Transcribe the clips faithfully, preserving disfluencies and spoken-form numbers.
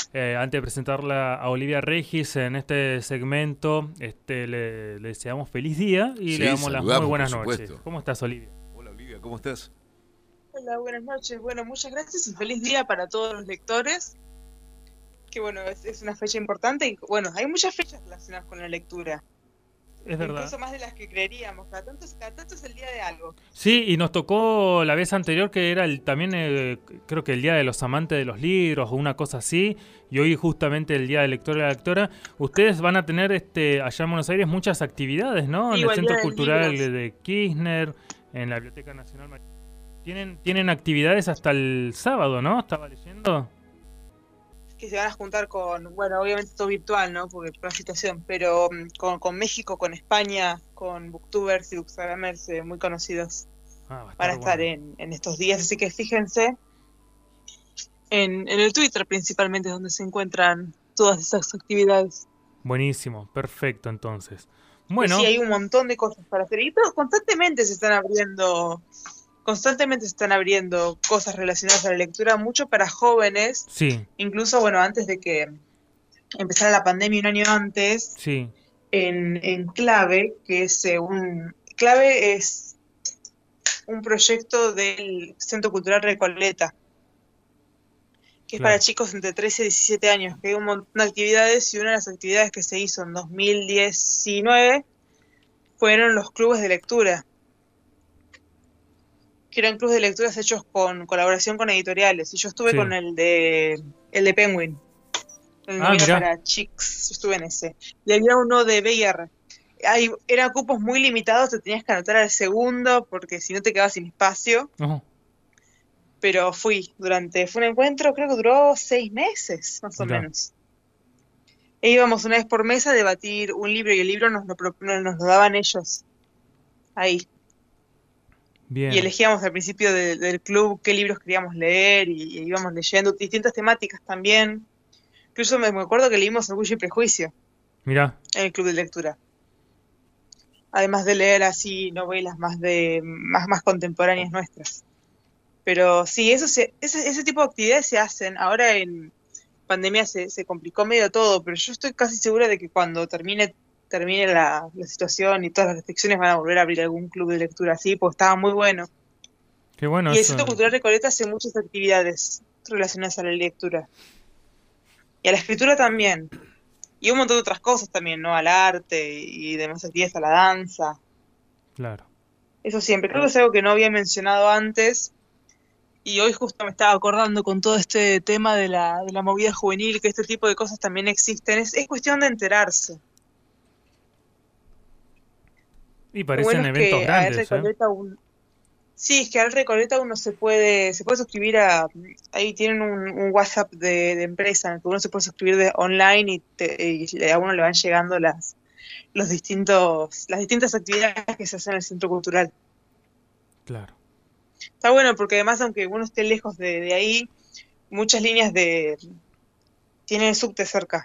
Eh, antes de presentarla a Olivia Regis en este segmento, este, le, le deseamos feliz día y le Sí, damos las muy saludamos, por buenas noches. supuesto. ¿Cómo estás, Olivia? Hola Olivia, ¿cómo estás? Hola, buenas noches. Bueno, muchas gracias y feliz día para todos los lectores. Que bueno, es, es una fecha importante y bueno, hay muchas fechas relacionadas con la lectura, Es verdad. incluso más de las que creeríamos. Cada tanto, es- cada tanto es el día de algo. Sí, y nos tocó la vez anterior que era el, también eh, creo que el Día de los Amantes de los Libros o una cosa así, y hoy justamente el Día del Lector y la Lectora. Ustedes van a tener este allá en Buenos Aires muchas actividades, ¿no? En Sí, el o el día Centro del Cultural libro, de Kirchner, en la Biblioteca Nacional. Mar- Tienen, tienen actividades hasta el sábado, ¿no? Estaba leyendo. que se van a juntar con, bueno, obviamente todo virtual, ¿no? Porque por la situación, pero mm, con, con México, con España, con booktubers y bookstagrammers eh, muy conocidos Ah, va a van estar a estar bueno. en, en estos días, así que fíjense en, en el Twitter principalmente es donde se encuentran todas esas actividades. Buenísimo, perfecto entonces. Que sí, Bueno, hay un montón de cosas para hacer. Y todos constantemente se están abriendo, constantemente se están abriendo cosas relacionadas a la lectura, mucho para jóvenes, sí, incluso, bueno, antes de que empezara la pandemia, un año antes, sí, en, en Clave, que es eh, un, Clave es un proyecto del Centro Cultural Recoleta, que es para claro. chicos entre trece y diecisiete años, que hay un montón de actividades, y una de las actividades que se hizo en dos mil diecinueve fueron los clubes de lectura, que eran clubes de lecturas hechos con colaboración con editoriales. Y yo estuve con Sí. el de el de Penguin, el Ah, novela mirá. para chicos, yo estuve en ese. Y había uno de B R. Hay, eran cupos muy limitados, te tenías que anotar al segundo, porque si no te quedabas sin espacio. Ojo, Pero fui durante, fue un encuentro, creo que duró seis meses, más o mirá. menos. E íbamos una vez por mes a debatir un libro y el libro nos lo, pro- nos lo daban ellos ahí. Y Bien. elegíamos al principio de- del club qué libros queríamos leer y, y íbamos leyendo distintas temáticas también. Incluso me, me acuerdo que leímos Orgullo y Prejuicio Mirá. en el club de lectura. Además de leer así novelas más de más, más contemporáneas nuestras. Pero sí, eso se, ese, ese tipo de actividades se hacen. Ahora en pandemia se, se complicó medio todo, pero yo estoy casi segura de que cuando termine, termine la, la situación y todas las restricciones van a volver a abrir algún club de lectura así, porque estaba muy bueno. Qué bueno Y el Centro eso. Cultural Recoleta hace muchas actividades relacionadas a la lectura. Y a la escritura también. Y un montón de otras cosas también, ¿no? Al arte y demás actividades, a la danza. Claro. Eso siempre. Creo que es algo que no había mencionado antes. Y hoy justo me estaba acordando con todo este tema de la, de la movida juvenil, que este tipo de cosas también existen. Es, es cuestión de enterarse. Y Lo bueno parecen es eventos que a él grandes, ¿eh? Recoleta un... Sí, es que a él Recoleta uno se puede, se puede suscribir a, ahí tienen un, un WhatsApp de, de empresa en el que uno se puede suscribir de online y, te- y a uno le van llegando las, los distintos, las distintas actividades que se hacen en el centro cultural. Claro. Está bueno porque además, aunque uno esté lejos de, de ahí, muchas líneas de, tienen el subte cerca.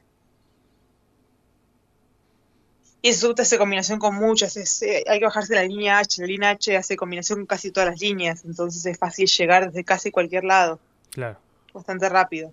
Y ese subte hace combinación con muchas, es, eh, hay que bajarse la línea H, la línea H hace combinación con casi todas las líneas, entonces es fácil llegar desde casi cualquier lado, Claro. bastante rápido.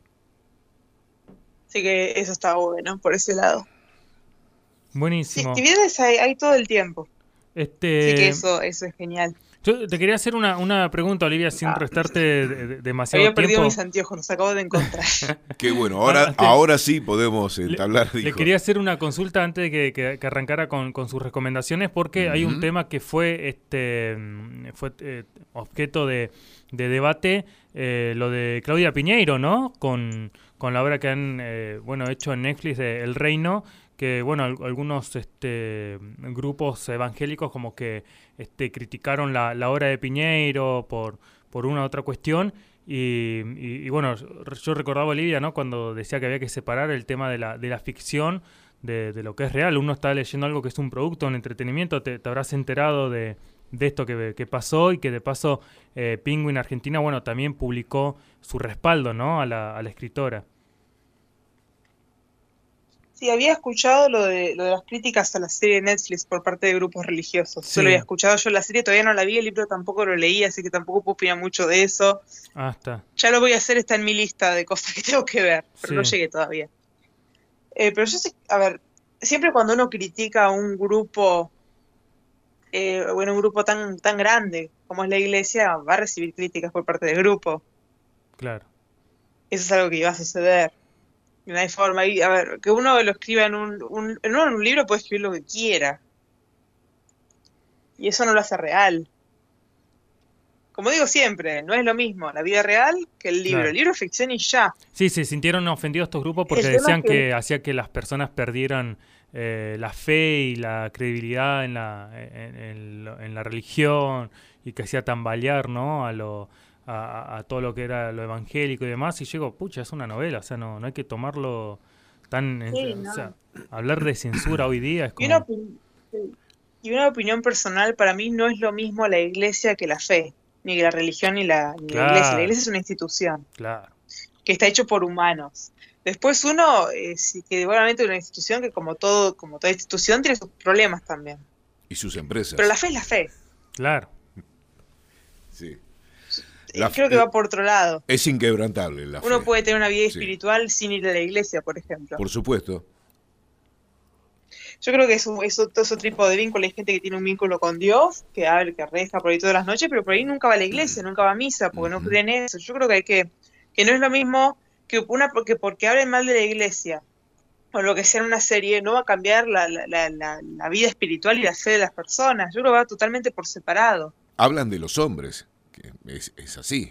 Así que eso está bueno por ese lado. Sí, Buenísimo. actividades hay, hay todo el tiempo, así que Este, eso, eso es genial. yo te quería hacer una, una pregunta, Olivia, sin Ah, restarte de- de- demasiado había perdido tiempo. mis anteojos, los acabo de encontrar. Qué bueno, An- ahora, Antes, ahora sí podemos le, entablar, le dijo. quería hacer una consulta antes de que, que- que arrancara con, con sus recomendaciones, porque hay un Ujú. tema que fue, este, mm, fue eh, objeto de, de debate, eh, lo de Claudia Piñeiro, ¿no? Con, con la obra que han eh, bueno, hecho en Netflix de El Reino, que bueno, al- algunos este, grupos evangélicos como que este, criticaron la, la obra de Piñeiro por, por una u otra cuestión. Y, y- y bueno, yo recordaba, Olivia, ¿no? Cuando decía que había que separar el tema de la, de la ficción de, de lo que es real. Uno está leyendo algo que es un producto, un entretenimiento, te, te habrás enterado de, de esto que, que pasó y que de paso eh, Penguin Argentina, bueno, también publicó su respaldo, ¿no? A la, a la escritora. Sí, había escuchado lo de, lo de las críticas a la serie de Netflix por parte de grupos religiosos. Eso lo Sí. había escuchado yo, la serie todavía no la vi, el libro tampoco lo leí, así que tampoco puedo opinar mucho de eso. Ah, está. Ya lo voy a hacer, está en mi lista de cosas que tengo que ver, pero no Sí, llegué todavía. Eh, pero yo sé, a ver, siempre cuando uno critica a un grupo, eh, bueno, un grupo tan, tan grande como es la iglesia, va a recibir críticas por parte del grupo. claro. Eso es algo que iba a suceder. No hay forma. Y, a ver, que uno lo escriba en un, un, en un libro puede escribir lo que quiera. Y eso no lo hace real. Como digo siempre, no es lo mismo la vida real que el libro. Claro. El libro es ficción y ya. Sí, se sintieron ofendidos estos grupos porque El tema es decían que que hacía que las personas perdieran eh, la fe y la credibilidad en la, en, en lo- en la religión y que hacía tambalear, ¿no? A, lo, a, a todo lo que era lo evangélico y demás. Y llego, pucha, es una novela, o sea, no, no hay que tomarlo tan... en- sí, o sea, no. hablar de censura hoy día es Y una, como... opin- sí. Y una opinión personal, para mí no es lo mismo la iglesia que la fe, ni la religión ni la, ni la iglesia. La Claro, iglesia es una institución claro, que está hecho por humanos. Después uno, eh, sí que igualmente una institución que como todo, como toda institución tiene sus problemas también. Y sus Pero la empresas. fe es la fe. claro. Sí. La Eh, f- creo que eh, va por otro lado. es inquebrantable la Uno fe. puede tener una vida Sí, espiritual sin ir a la iglesia, por ejemplo. por supuesto. Yo creo que es, un- es otro, es otro tipo de vínculo. Hay gente que tiene un vínculo con Dios, que habla, que reza por ahí todas las noches, pero por ahí nunca va a la iglesia, nunca va a misa, porque no Ujú. cree en eso. Yo creo que hay que, que no es lo mismo que una porque porque hablen mal de la iglesia o lo que sea en una serie, no va a cambiar la, la, la, la, la vida espiritual y la fe de las personas. Yo creo que va totalmente por separado. Hablan de los hombres, que es, es así.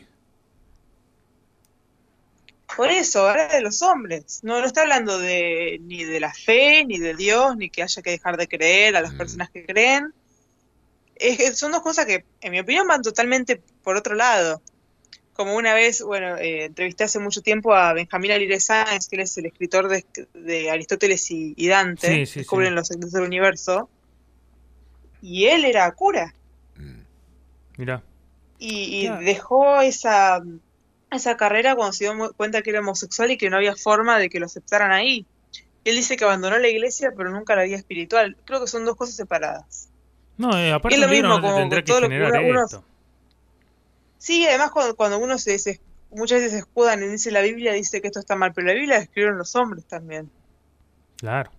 Por eso, habla de los hombres. No, no está hablando de ni de la fe, ni de Dios, ni que haya que dejar de creer a las Mm. personas que creen. Es que son dos cosas que, en mi opinión, van totalmente por otro lado. Como una vez, bueno, eh, entrevisté hace mucho tiempo a Benjamín Alire Sáenz, que él es el escritor de, de Aristóteles y, y Dante, Sí, sí, sí. Descubren los secretos del universo, y él era cura, Mm. Mira, y, y claro. dejó esa, esa carrera cuando se dio mu- cuenta que era homosexual y que no había forma de que lo aceptaran ahí. Él dice que abandonó la iglesia, pero nunca la vida espiritual. Creo que son dos cosas separadas. No, eh, Y aparte es lo un libro mismo no te como tendrá con que todo lo que generar uno, uno esto. sí, además cuando, cuando uno se, se- muchas veces se escudan y dice la Biblia, dice que esto está mal, pero la Biblia la escribieron los hombres también. Claro.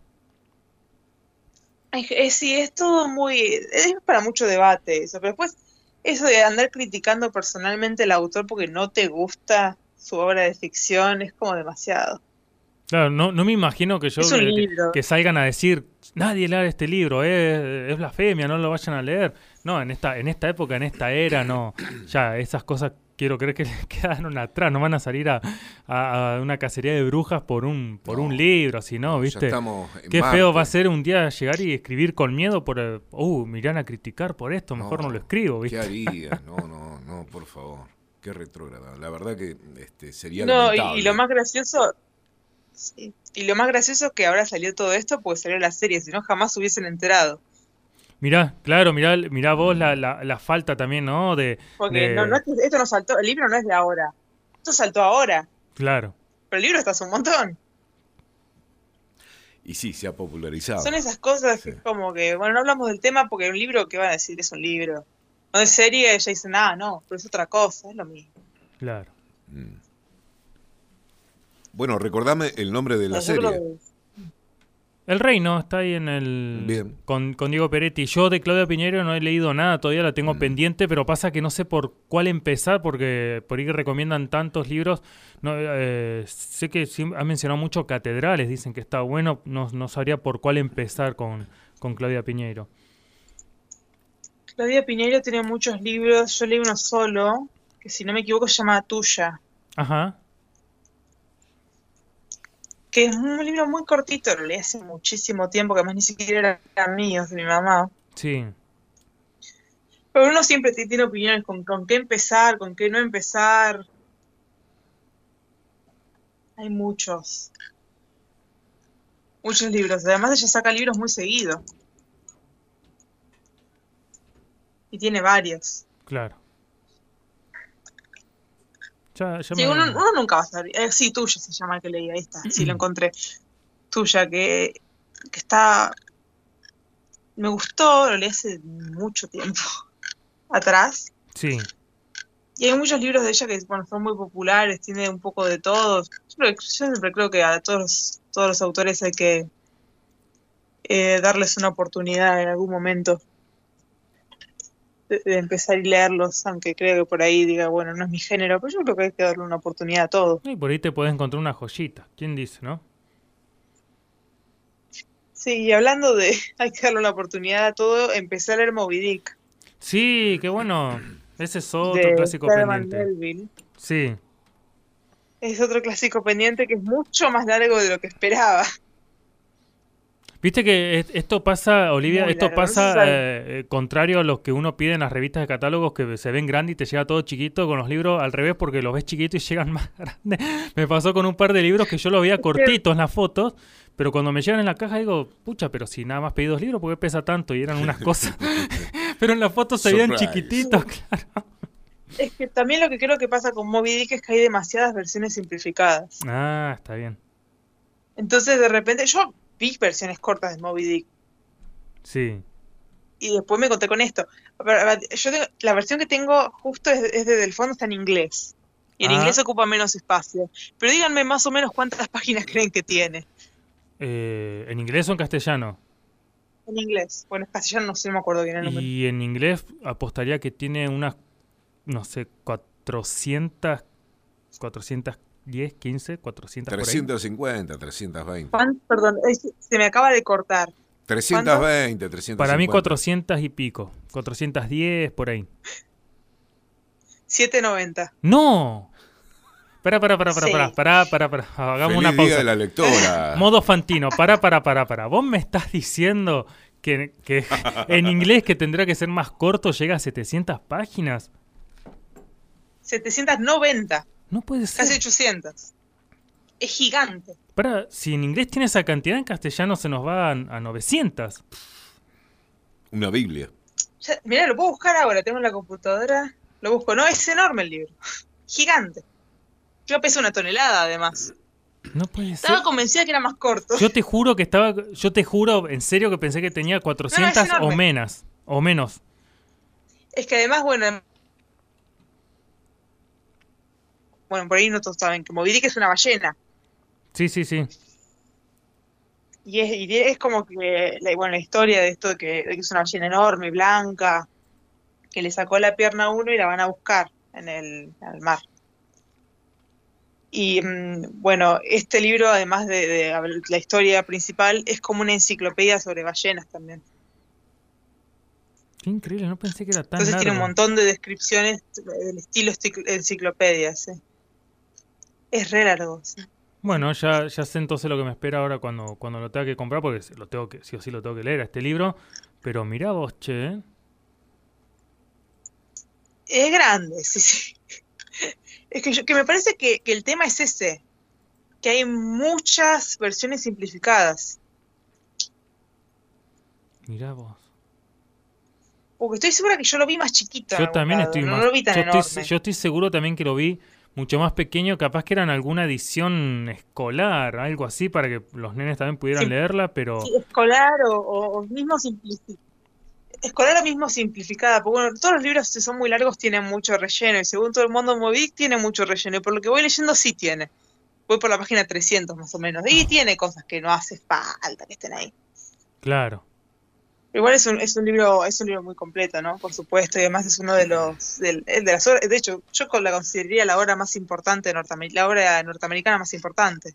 Es, es- sí, es todo muy, es para mucho debate eso, pero después eso de andar criticando personalmente al autor porque no te gusta su obra de ficción es como demasiado. Claro, no, no me imagino que yo Es un que, que- libro. que salgan a decir nadie lea este libro, es, es blasfemia, no lo vayan a leer. No, en esta, en esta época, en esta era, no. Ya, esas cosas quiero creer que le quedaron atrás, no van a salir a, a- a una cacería de brujas por un, por No, un libro, si no, Ya ¿viste? estamos en Qué feo va a Marte. ser un día llegar y escribir con miedo por, eh, uh, me irán a criticar por esto, mejor no, No, lo escribo, ¿qué ¿viste? harías? No, no, no, por favor. Qué retrógrada. La verdad que este, sería No, y, y lo lamentable. más gracioso, sí, y lo más gracioso es que ahora salió todo esto porque salió la serie, si no jamás se hubiesen enterado. Mirá, claro, mirá, mirá vos la, Mm. la, la falta también, ¿no? De, Porque no, no de, es que esto no saltó, el libro no es de ahora, esto saltó ahora, claro. pero el libro está hace un montón. Y sí, se ha popularizado. Son esas cosas que Sí. es como que, bueno, no hablamos del tema porque un libro, ¿qué van a decir? Es un libro. No es serie, ya dicen, ah, no, pero es otra cosa, es lo mismo. Claro. Mm. Bueno, recordame el nombre de la No, yo creo serie. que El Reino está ahí en el Bien. con, con Diego Peretti. Yo de Claudia Piñero no he leído nada, todavía la tengo Mm. pendiente, pero pasa que no sé por cuál empezar, porque por ahí que recomiendan tantos libros. No, eh, sé que sí han mencionado mucho Catedrales, dicen que está bueno, no, no sabría por cuál empezar con, con Claudia Piñeiro. Claudia Piñeiro tiene muchos libros, yo leí uno solo, que si no me equivoco se llama Tuya, Ajá, que es un libro muy cortito, lo leí hace muchísimo tiempo, que además ni siquiera eran míos, de mi mamá. sí, Pero uno siempre t- tiene opiniones con, con qué empezar, con qué no empezar. Hay muchos, muchos libros. Además ella saca libros muy seguido y tiene varios. claro. Ya, ya Sí, me... uno, uno nunca va a saber. Eh, sí, Tuya se llama el que leí, ahí está, sí lo encontré. tuya, que, que está... Me gustó, lo leí hace mucho tiempo atrás. Sí. Y hay muchos libros de ella que bueno, son muy populares, tiene un poco de todo. Yo, creo- yo siempre creo que a todos los, todos los autores hay que eh, darles una oportunidad en algún momento de, de empezar y leerlos, aunque creo que por ahí diga, bueno, no es mi género, pero yo creo que hay que darle una oportunidad a todo. Y por ahí te podés encontrar una joyita. ¿Quién dice, no? Sí, y hablando de hay que darle una oportunidad a todo, empecé a leer Moby Dick Sí, qué bueno. Ese es otro de clásico Herman pendiente. Melville. Sí. Es otro clásico pendiente que es mucho más largo de lo que esperaba. Viste que es- esto pasa, Olivia, Muy esto largo, no sé si pasa sabes. eh, eh, contrario a los que uno pide en las revistas de catálogos que se ven grandes y te llega todo chiquito, con los libros al revés porque los ves chiquitos y llegan más grandes. Me pasó con un par de libros que yo los veía Es que cortitos en las fotos, pero cuando me llegan en la caja digo, pucha, pero si nada más pedí dos libros, ¿por qué pesa tanto? Y eran unas cosas. Pero en las fotos se veían Surprise. chiquititos, claro. Es que también lo que creo que pasa con Moby Dick es que hay demasiadas versiones simplificadas. Ah, está bien. Entonces, de repente, yo vi versiones cortas de Moby Dick Sí. y después me encontré con esto. Pero, a ver, yo tengo- la versión que tengo justo es, es de Del Fondo, está en inglés. Y en Ah, inglés ocupa menos espacio. Pero díganme más o menos cuántas páginas creen que tiene. eh, ¿en inglés o en castellano? En inglés. Bueno, en castellano no sé, no me acuerdo bien el número. Y en inglés apostaría que tiene unas, no sé, cuatrocientas, cuatrocientos diez, quince, cuatrocientas por ahí. trescientos cincuenta, trescientos veinte. ¿Cuánto? Perdón, es- se me acaba de cortar. trescientos veinte, trescientos cincuenta. Para mí cuatrocientas y pico, cuatrocientos diez por ahí. siete noventa. ¡No! Pará, pará, pará, pará, Sí. pará, pará, pará, pará. Hagamos Feliz una día pausa. de la lectora. Modo Fantino, pará, pará, pará, pará. Vos me estás diciendo que, que en inglés que tendrá que ser más corto llega a setecientas páginas. setecientos noventa. No puede ser. Casi ochocientos. Es gigante. Pará, si en inglés tiene esa cantidad, en castellano se nos va a, a novecientas. Una Biblia. Ya, mirá, lo puedo buscar ahora, tengo en la computadora. Lo busco. No, es enorme el libro. Gigante. Yo pesa una tonelada, además. No puede ser. Estaba convencida que era más corto. Yo te juro que estaba, yo te juro en serio que pensé que tenía cuatrocientas o enorme. menos, o menos. Es que además, bueno, bueno, por ahí no todos saben que Moby Dick es una ballena. Sí, sí, sí. Y es, y es como que, la, bueno, la historia de esto de que, de que es una ballena enorme, blanca, que le sacó la pierna a uno y la van a buscar en el, en el mar. Y mm, bueno, este libro, además de, de a ver, la historia principal, es como una enciclopedia sobre ballenas también. Qué increíble, no pensé que era tan Entonces tiene un largo. montón de descripciones del estilo estic- enciclopedia, sí. Es re largo, sí. Bueno, ya, ya sé entonces lo que me espera ahora cuando, cuando lo tenga que comprar, porque lo tengo que, sí o sí lo tengo que leer a este libro. Pero mirá vos, che. ¿eh? Es grande, sí, sí. Es que, yo- que me parece que, que el tema es ese, que hay muchas versiones simplificadas. Mirá vos. Porque estoy segura que yo lo vi más chiquito en Yo algún también lado, estoy no más. lo vi tan Yo estoy, enorme. yo estoy seguro también que lo vi mucho más pequeño, capaz que era en alguna edición escolar, algo así, para que los nenes también pudieran Sí. leerla, pero. Sí, escolar o, o- o mismo simplificada. Escolar o mismo simplificada, porque bueno, todos los libros si son muy largos tienen mucho relleno y según todo el mundo Moby Dick tiene mucho relleno y por lo que voy leyendo sí tiene. Voy por la página trescientos más o menos y tiene cosas que no hace falta que estén ahí. Claro. Igual es un, es un libro es un libro muy completo, ¿no? Por supuesto, y además es uno de los del- de, las obras, de hecho, yo con- la consideraría la obra más importante norteamericana, la obra norteamericana más importante.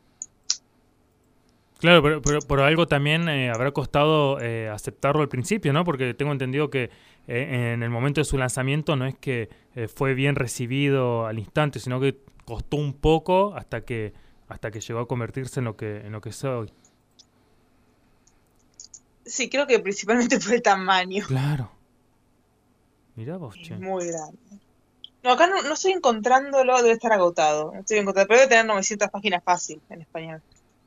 Claro, pero, pero por algo también eh, habrá costado eh, aceptarlo al principio, ¿no? Porque tengo entendido que eh, en el momento de su lanzamiento no es que eh, fue bien recibido al instante, sino que costó un poco hasta que hasta que llegó a convertirse en lo que en lo que es hoy. Sí, creo que principalmente por el tamaño. Claro. Mirá vos, che. Es muy grande. No, acá no, no estoy encontrándolo, debe estar agotado. No estoy encontrando, pero debe tener novecientas páginas fácil en español.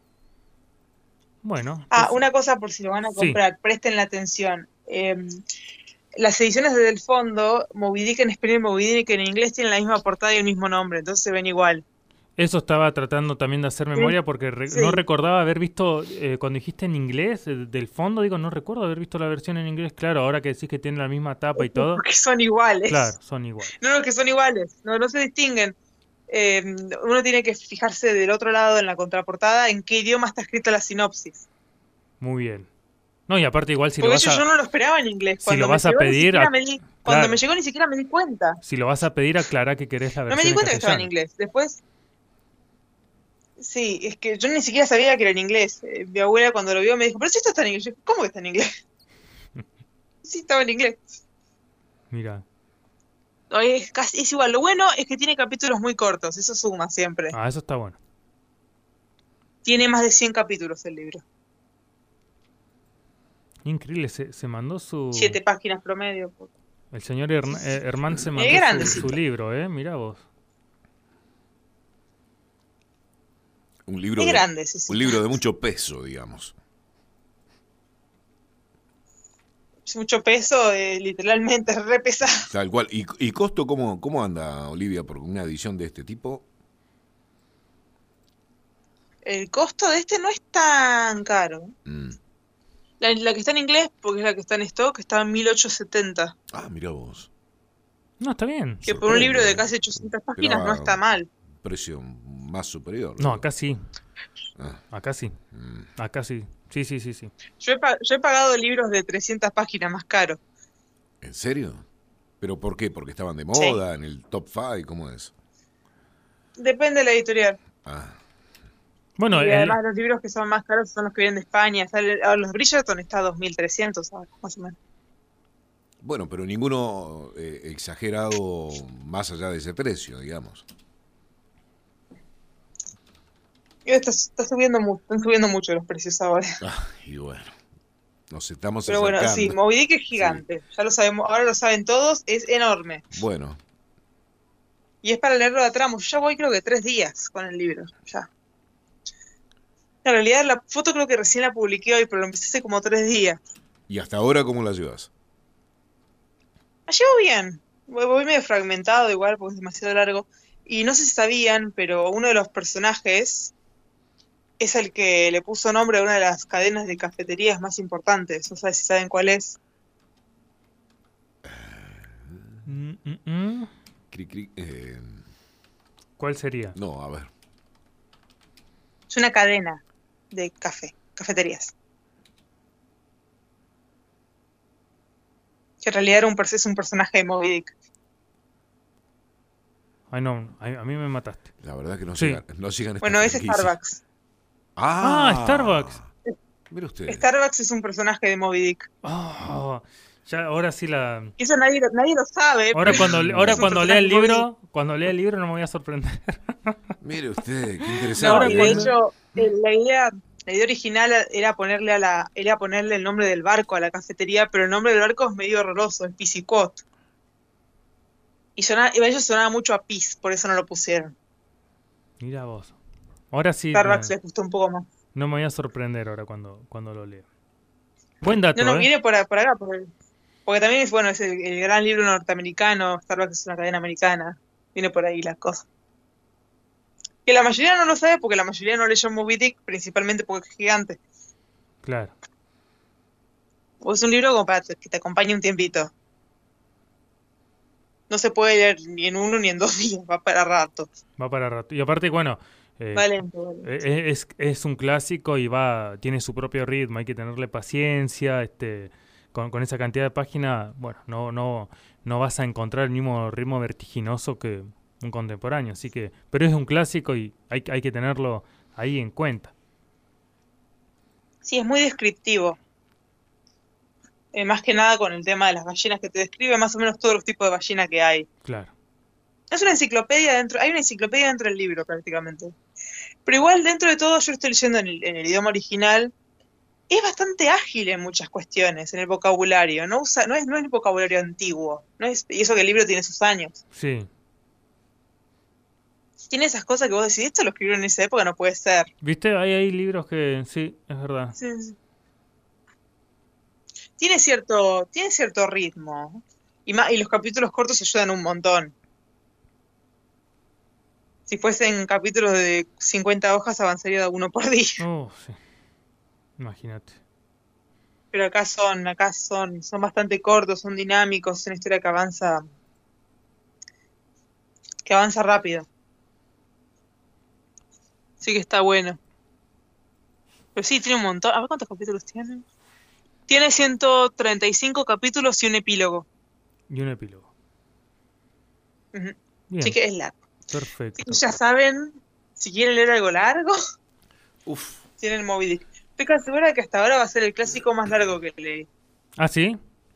Bueno. Ah, pues, una cosa por si lo van a sí. comprar, presten la atención. Eh, las ediciones de Del Fondo, Moby Dick en español y Moby Dick en inglés tienen la misma portada y el mismo nombre, entonces se ven igual. Eso estaba tratando también de hacer memoria porque re- Sí. no recordaba haber visto, eh, cuando dijiste en inglés, eh, del fondo, digo, no recuerdo haber visto la versión en inglés. Claro, ahora que decís que tiene la misma tapa y todo, Porque son iguales. claro, son iguales. No, no, que son iguales. No, no se distinguen. Eh, uno tiene que fijarse del otro lado en la contraportada en qué idioma está escrita la sinopsis. Muy bien. No, y aparte igual si lo Porque vas eso yo a, no lo esperaba en inglés. si Cuando lo me vas a llegó, ni pedir, siquiera a- me di, cuando claro, me llegó ni siquiera me di cuenta. si lo vas a pedir, aclará que querés la No me versión di en cuenta que estaba en castellano. inglés. Después, sí, es que yo ni siquiera sabía que era en inglés. Eh, mi abuela cuando lo vio me dijo, pero si esto está en inglés. Yo, ¿cómo que está en inglés? Sí, estaba en inglés. Mira, No, es, casi, es igual. Lo bueno es que tiene capítulos muy cortos. Eso suma siempre. ah, eso está bueno. Tiene más de cien capítulos el libro. Increíble, se, se mandó su... Siete páginas promedio. El señor Hern- eh, Herman se Es mandó su, grandecito. su libro, ¿eh? Mirá vos. Un libro Es de, grande, sí, sí. un libro de mucho peso, digamos. Es mucho peso, eh, literalmente, es re pesado. Tal cual. ¿Y, y costo cómo, cómo anda, Olivia, por una edición de este tipo? El costo de este no es tan caro. Mm. La, la que está en inglés, porque es la que está en stock, está en mil ochocientos setenta. Ah, mirá vos. No, está bien. Que por un libro Sorprende, de ¿eh? casi ochocientas páginas no Esperaba está mal. un precio más superior. No, digo. acá sí. Ah, Acá sí. mm. Acá sí. Sí, sí, sí, sí. Yo he, pa- yo he pagado libros de trescientas páginas más caros. ¿En serio? ¿Pero por qué? ¿Porque estaban de Sí. moda, en el top cinco? ¿Cómo es? Depende de la editorial. Ah, Bueno, Y el, además los libros que son más caros son los que vienen de España. Sale- ahora los Bridgerton está a dos mil trescientos ahora, más o menos. bueno, pero ninguno eh, exagerado más allá de ese precio, digamos. Y está, está subiendo mucho, están subiendo mucho los precios ahora. Ah, y bueno, nos estamos Pero bueno, sí, acercando. Moby Dick es Sí. gigante. Ya lo sabemos, ahora lo saben todos, es enorme. Bueno, Y es para leerlo de a tramos. Yo ya voy creo que tres días con el libro, ya. En realidad la foto creo que recién la publiqué hoy, pero lo empecé hace como tres días. ¿y hasta ahora cómo la llevas? La llevo bien. Voy, voy medio fragmentado igual porque es demasiado largo. Y no sé si sabían, pero uno de los personajes es el que le puso nombre a una de las cadenas de cafeterías más importantes. No sé si saben cuál es. Mm, mm, mm. Cri, cri, eh, ¿Cuál sería? no, a ver. Es una cadena de café, cafeterías. Que en realidad era un, pers- es un personaje de Moby Dick. Ay, no, a, a mí me mataste. La verdad que no Sí. sigan, no sigan esta Bueno, es franquicia. Starbucks. Ah, Ah, Starbucks. Mire usted. Starbucks es un personaje de Moby Dick. Oh, ya, ahora sí la... Y eso nadie, lo- nadie lo sabe. Ahora pero cuando, es ahora un cuando lea personaje el de Moby Dick. libro, cuando lea el libro no me voy a sorprender. Mire usted, qué interesante. No, Ahora y ¿eh? de cuando- hecho, eh, la idea, la idea original era ponerle a la, era ponerle el nombre del barco a la cafetería, pero el nombre del barco es medio horroroso, es Piscicot. Y sonaba, y a ellos sonaba mucho a pis, por eso no lo pusieron. Mira vos. Ahora sí Starbucks no, les gustó un poco más. no me voy a sorprender ahora cuando, cuando lo lea. Buen dato, No, no, ¿eh? viene por, a- por acá, por el- porque también es, bueno, es el, el gran libro norteamericano, Starbucks es una cadena americana, viene por ahí las cosas. Que la mayoría no lo sabe porque la mayoría no leyó Moby Dick, principalmente porque es gigante. Claro. O es un libro como para que te acompañe un tiempito. No se puede leer ni en uno ni en dos días, va para rato. Va para rato. Y aparte, bueno, eh, Va lento, va lento. eh, es, es un clásico y va, tiene su propio ritmo, hay que tenerle paciencia, este, con, con esa cantidad de páginas, bueno, no, no, no vas a encontrar el mismo ritmo vertiginoso que un contemporáneo, así que, pero es un clásico y hay, hay que tenerlo ahí en cuenta. Sí, es muy descriptivo. Eh, más que nada con el tema de las ballenas, que te describe más o menos todos los tipos de ballena que hay. Claro. Es una enciclopedia dentro, hay una enciclopedia dentro del libro prácticamente. Pero igual dentro de todo, yo lo estoy leyendo en el, en el idioma original, es bastante ágil en muchas cuestiones, en el vocabulario. No usa, no es, no es el vocabulario antiguo. No es, y eso que el libro tiene sus años. Sí. Tiene esas cosas que vos decís, esto lo escribieron en esa época, no puede ser. ¿Viste? Hay, hay libros que, sí, es verdad. Sí, sí. Tiene cierto, tiene cierto ritmo. Y, ma- y los capítulos cortos ayudan un montón. Si fuesen capítulos de cincuenta hojas, avanzaría de uno por día. Oh, sí. Imagínate. Pero acá son, acá son, son bastante cortos, son dinámicos, es una historia que avanza, que avanza rápido. Sí que está bueno. Pero sí, tiene un montón. A ver cuántos capítulos tiene. Tiene ciento treinta y cinco capítulos y un epílogo. Y un epílogo. Ujú. Bien, Sí que es largo. perfecto. Así que ya saben, si quieren leer algo largo, Uf. tienen Moby Dick. Estoy casi segura de que hasta ahora va a ser el clásico más largo que leí. ¿Ah, sí?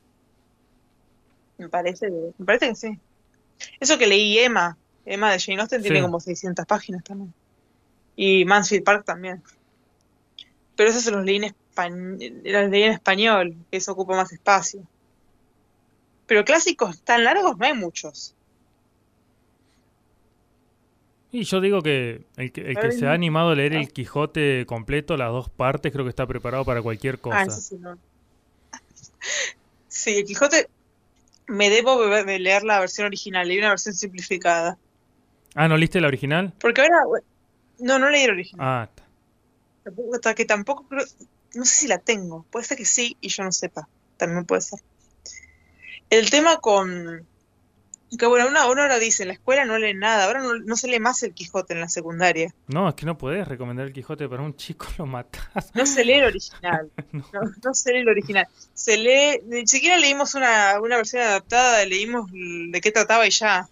Me parece, que- me parece que sí. Eso que leí Emma, Emma de Jane Austen tiene Sí. como seiscientas páginas también. Y Mansfield Park también. Pero eso se los leí en español, los leí en español, que eso ocupa más espacio. Pero clásicos tan largos no hay muchos. Y yo digo que el que, el A que ver, se ha animado a leer ah, el Quijote completo, las dos partes, creo que está preparado para cualquier ah, eso cosa. sí, no. Sí, el Quijote me debo beber- de leer la versión original, leí una versión simplificada. Ah, ¿no leíste la original? Porque ahora, bueno, no, no leí el original. Ah, está. Tampoco- Hasta que tampoco creo, no sé si la tengo. Puede ser que sí y yo no sepa. También puede ser. El tema con, que bueno, uno, uno ahora dice, en la escuela no leen nada, ahora no, no se lee más el Quijote en la secundaria. No, es que no podés recomendar el Quijote para un chico, lo matás. No se lee el original. No. No, no se lee el original. Se lee, ni siquiera leímos una, una versión adaptada, leímos l- de qué trataba y ya.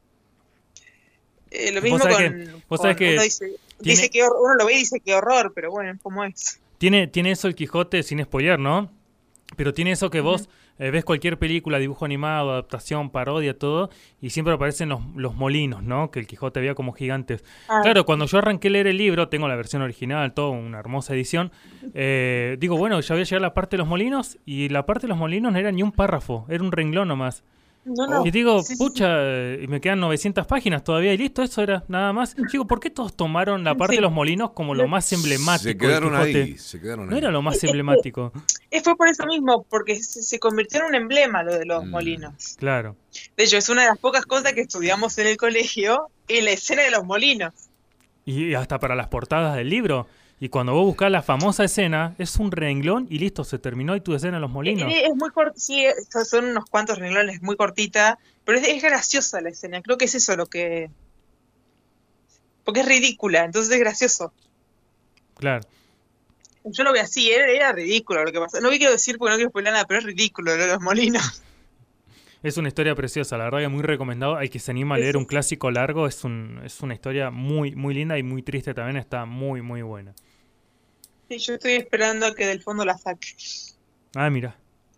Eh, lo Vos mismo sabés con, que, vos con sabés que uno dice, tiene, dice que hor- uno lo ve y dice que horror, pero bueno, ¿cómo es? tiene, tiene eso el Quijote sin spoiler, ¿no? Pero tiene eso que Ujú. vos eh, ves cualquier película, dibujo animado, adaptación, parodia, todo, y siempre aparecen los, los molinos, ¿no? Que el Quijote había como gigantes. Ah, Claro, cuando yo arranqué a leer el libro, tengo la versión original, todo, una hermosa edición, eh, digo, bueno, ya voy a llegar a la parte de los molinos, y la parte de los molinos no era ni un párrafo, era un renglón nomás. no, Oh. no. Y digo, Sí, sí, sí. pucha, eh, y me quedan novecientas páginas todavía, y listo, eso era nada más. Digo, ¿por qué todos tomaron la parte Sí. de los molinos como lo más emblemático Se del quedaron Quijote? ahí, se quedaron No ahí. era lo más emblemático. Eh, Fue por eso mismo, porque se, se convirtió en un emblema lo de los Mm. molinos. Claro. De hecho, es una de las pocas cosas que estudiamos en el colegio, en la escena de los molinos. Y hasta para las portadas del libro. Y cuando vos buscás la famosa escena, es un renglón y listo, se terminó y tu escena en los molinos. Eh, Es muy corta, sí, eh, son- son unos cuantos renglones, muy cortita, pero es, es graciosa la escena. Creo que es eso lo que... Porque es ridícula, entonces es gracioso. Claro. Yo lo veo así, era, era ridículo lo que pasó. No quiero decir porque no quiero spoiler nada, pero es ridículo lo de los molinos. Es una historia preciosa, la verdad que muy recomendado. Al que se anima a leer un clásico largo, es, un, es una historia muy, muy linda y muy triste también. Está muy, muy buena. Sí, yo estoy esperando a que del fondo la saque. Ah, mira.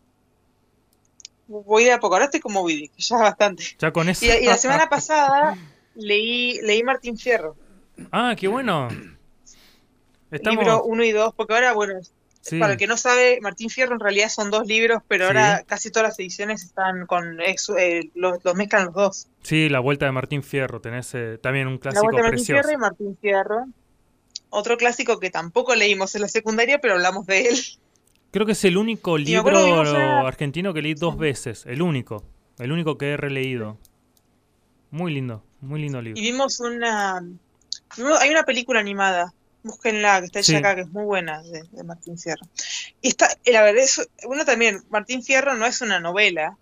Voy de a poco, ahora estoy como Moby Dick, ya es bastante. Ya con eso. Y, y la semana pasada leí, leí Martín Fierro, Ah, qué bueno. Estamos... libro uno y dos, porque ahora, bueno, Sí, para el que no sabe, Martín Fierro en realidad son dos libros, pero Sí. ahora casi todas las ediciones están con, ex- eh, los, los mezclan los dos. sí, La Vuelta de Martín Fierro. Tenés eh, también un La clásico Vuelta de Martín precioso. Fierro y Martín Fierro. Otro clásico que tampoco leímos en la secundaria, pero hablamos de él. Creo que es el único me acuerdo que libro vimos una- argentino que leí dos Sí. veces. El único. El único que he releído. Muy lindo. Muy lindo Y libro. vimos una... vimos- hay una película animada, búsquenla, que está hecha Sí. acá, que es muy buena, de, de Martín Fierro. Y está, eh, la verdad, es, uno también, Martín Fierro no es una novela.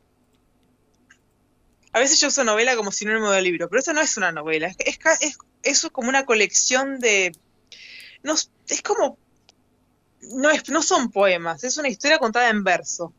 A veces yo uso novela como sinónimo de libro, pero eso no es una novela. Es, es, ca- es, es como una colección de... No, es es como... No, es, no son poemas, es una historia contada en verso.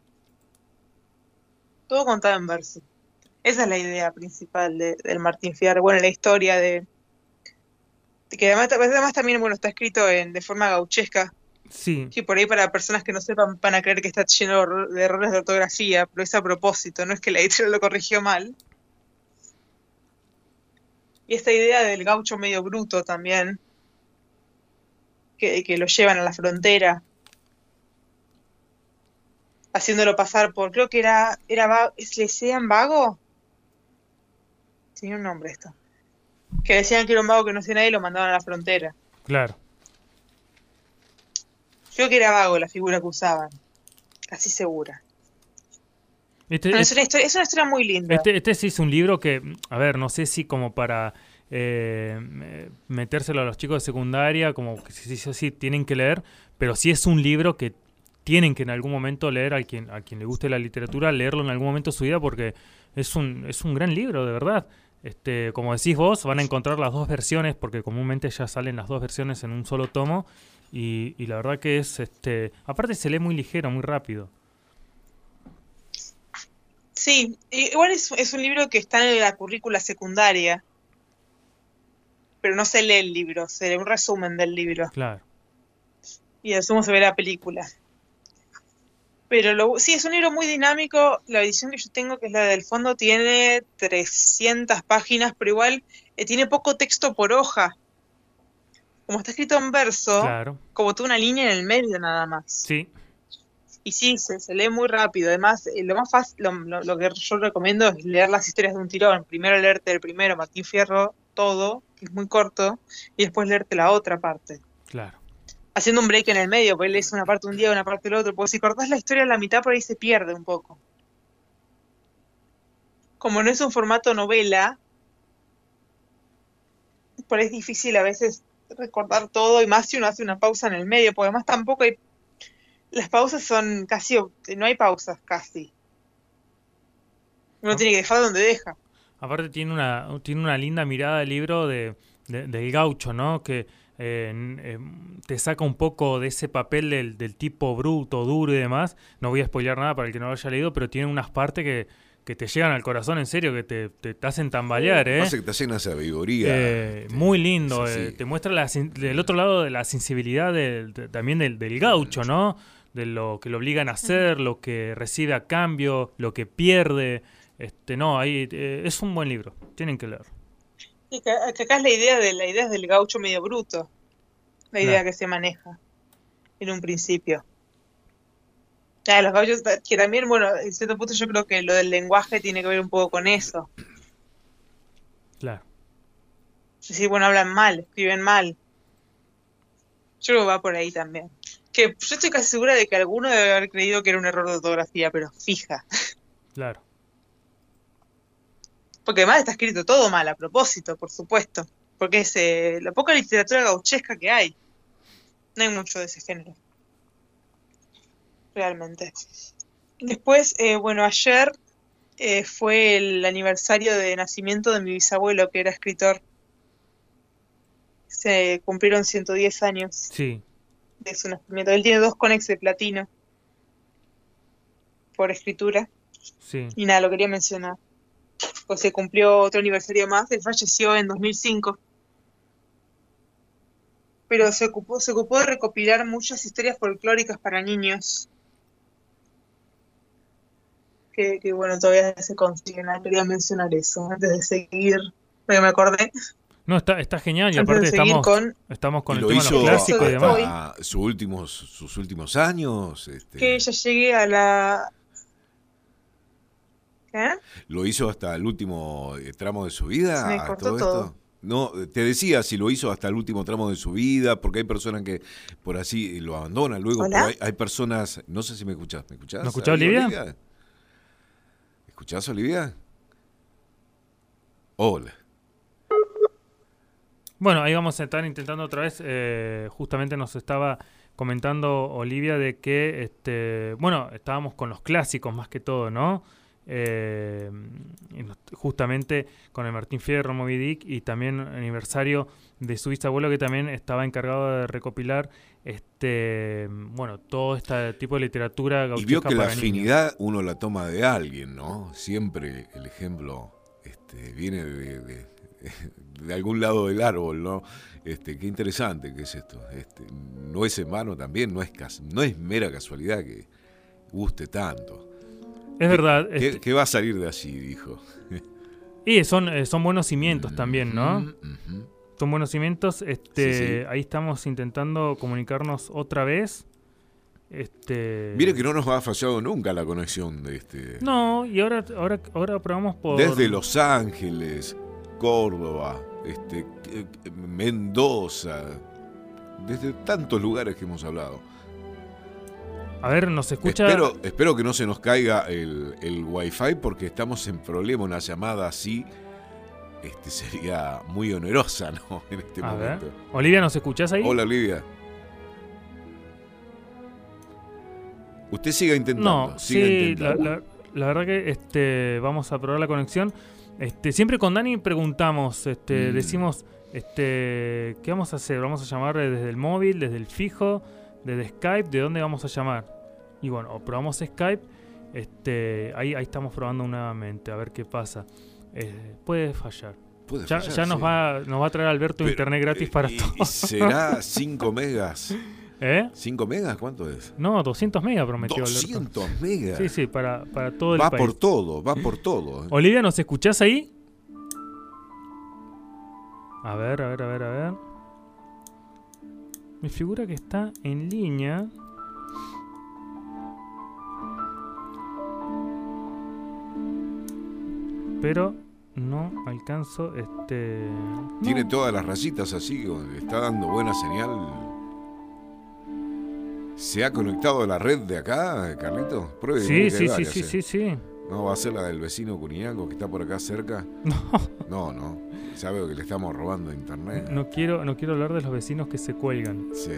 Todo contado en verso. Esa es la idea principal de, del Martín Fierro. Bueno, la historia de... de que además, además también, bueno, está escrito en, de forma gauchesca. Sí. Que por ahí para personas que no sepan van a creer que está lleno de erro- de errores de ortografía, pero es a propósito, no es que la editora lo corrigió mal. Y esta idea del gaucho medio bruto también, que, que lo llevan a la frontera, haciéndolo pasar por, creo que era, era va- ¿le decían vago? Tenía un nombre esto. Que decían que era un vago que no hacía nada y lo mandaban a la frontera. Claro. Creo que era vago la figura que usaban, casi segura. Este, Pero es este, una historia, es una historia muy linda. este, este sí es un libro que, a ver, no sé si como para eh, metérselo a los chicos de secundaria, como que sí, sí, sí tienen que leer, pero sí es un libro que tienen que en algún momento leer, a quien, a quien le guste la literatura, leerlo en algún momento de su vida, porque es un, es un gran libro, de verdad. Este, como decís vos, van a encontrar las dos versiones, porque comúnmente ya salen las dos versiones en un solo tomo, y, y la verdad que es, este, aparte se lee muy ligero, muy rápido. Sí, igual es, es un libro que está en la currícula secundaria, pero no se lee el libro, se lee un resumen del libro. Claro. Y de sumo se ve la película. Pero lo, sí, es un libro muy dinámico. La edición que yo tengo, que es la del fondo, tiene trescientas páginas, pero igual eh, tiene poco texto por hoja. Como está escrito en verso, Claro. como toda una línea en el medio nada más. Sí. Y sí, se, se lee muy rápido. Además, eh, lo más fácil, lo, lo, lo que yo recomiendo es leer las historias de un tirón. Primero leerte el primero, Martín Fierro, todo, que es muy corto, y después leerte la otra parte. Claro. Haciendo un break en el medio, porque lees una parte un día, una parte el otro, porque si cortás la historia a la mitad, por ahí se pierde un poco. Como no es un formato novela, por ahí es difícil a veces recordar todo, y más si uno hace una pausa en el medio, porque además tampoco hay... Las pausas son casi... No hay pausas casi. Uno ¿No? tiene que dejar donde deja. Aparte tiene una, tiene una linda mirada el libro de, de, del gaucho, ¿no? Que eh, eh, te saca un poco de ese papel del, del tipo bruto, duro y demás. No voy a spoilear nada para el que no lo haya leído, pero tiene unas partes que, que te llegan al corazón, en serio, que te, te, te hacen tambalear, ¿eh? Pasa que te hacen una sabiduría. Eh, este, muy lindo. es Eh, así. te muestra la, del otro lado de la sensibilidad del, de, también del, del gaucho, ¿no? De lo que lo obligan a hacer, lo que recibe a cambio, lo que pierde. Este, no, ahí eh, es un buen libro, tienen que leer. Y que, que acá es la idea de la idea es del gaucho medio bruto, la idea Claro. que se maneja en un principio. Ah, los gauchos, que también, bueno, en cierto punto yo creo que lo del lenguaje tiene que ver un poco con eso. Claro. Es decir, bueno, hablan mal, escriben mal. Yo creo que va por ahí también. Que yo estoy casi segura de que alguno debe haber creído que era un error de ortografía, pero fija. Claro. Porque además está escrito todo mal, a propósito, por supuesto. Porque es eh, la poca literatura gauchesca que hay. No hay mucho de ese género. Realmente. Después, eh, bueno, ayer eh, fue el aniversario de nacimiento de mi bisabuelo, que era escritor. Se cumplieron ciento diez años Sí. de su nacimiento. Él tiene dos Conex de platino por escritura. Sí. Y nada, lo quería mencionar. Pues se cumplió otro aniversario más. Él falleció en dos mil cinco. Pero se ocupó, se ocupó de recopilar muchas historias folclóricas para niños. Que, que bueno, todavía se consiguen. Ah, quería mencionar eso antes de seguir. Porque me acordé. No, está, está genial y Antes aparte de seguir estamos, con estamos con Y el lo tema de hizo los clásicos y demás. hasta sus últimos, sus últimos años. Este, que ya llegué a la... ¿Qué? ¿Lo hizo hasta el último eh, tramo de su vida? Se me a cortó todo todo. esto? No, te decía si lo hizo hasta el último tramo de su vida, porque hay personas que por así lo abandonan luego, ¿Hola? pero hay, hay personas, no sé si me escuchás, ¿me escuchás? ¿Me escuchás, ahí, Olivia? ¿Escuchás, Olivia? Hola. Bueno, ahí vamos a estar intentando otra vez. Eh, justamente nos estaba comentando Olivia de que, este, bueno, estábamos con los clásicos más que todo, ¿no? Eh, y nos- justamente con el Martín Fierro, Moby Dick, y también aniversario de su bisabuelo que también estaba encargado de recopilar, este, bueno, todo este tipo de literatura Y gauchesca vio que la para niños. afinidad uno la toma de alguien, ¿no? Siempre el ejemplo este, viene de, de, de algún lado del árbol, ¿no? Este, qué interesante que es esto. Este, no es en vano también, no es, cas- no es mera casualidad que guste tanto. Es verdad. ¿Qué, este, qué va a salir de allí? Dijo. y son, eh, son buenos cimientos también, ¿no? Ujú, ujú. Son buenos cimientos. Este, Sí, sí. Ahí estamos intentando comunicarnos otra vez. Este, Mire que no nos ha fallado nunca la conexión de este. No, y ahora, ahora, ahora probamos por... Desde Los Ángeles, Córdoba, este, eh, Mendoza, desde tantos lugares que hemos hablado. A ver, nos escucha... Espero, espero que no se nos caiga el, el wifi porque estamos en problema, una llamada así este, sería muy onerosa, ¿no? En este A ver. momento. Olivia, ¿nos escuchás ahí? Hola, Olivia. Usted siga intentando. No, siga sí, intentando. la, la- la verdad que este, vamos a probar la conexión. Este, siempre con Dani preguntamos, este, Mm. decimos, este, ¿qué vamos a hacer? ¿Vamos a llamar desde el móvil, desde el fijo, desde Skype? ¿De dónde vamos a llamar? Y bueno, o probamos Skype. Este, ahí, ahí estamos probando nuevamente, a ver qué pasa. Eh, puede fallar. Puede Ya, fallar, ya nos sí. va, nos va a traer Alberto Pero, internet gratis eh, para y- todos. y ¿Será cinco megas? ¿Eh? ¿cinco megas? ¿Cuánto es? No, doscientos megas prometió Alberto. doscientos megas. Sí, sí, para, para todo el Va país. por todo, va por todo. ¿eh? Olivia, ¿nos escuchás ahí? A ver, a ver, a ver, a ver. Me figura que está en línea. Pero no alcanzo este. no. Tiene todas las rayitas así, le está dando buena señal. ¿Se ha conectado a la red de acá, Carlito? Pruebe. Sí, mire que sí, hay sí, varias, sí, ¿eh? sí, sí. No, va a ser la del vecino Curiñanco que está por acá cerca. No, no. Ya veo que le estamos robando internet. No quiero, no quiero hablar de los vecinos que se cuelgan. Sí.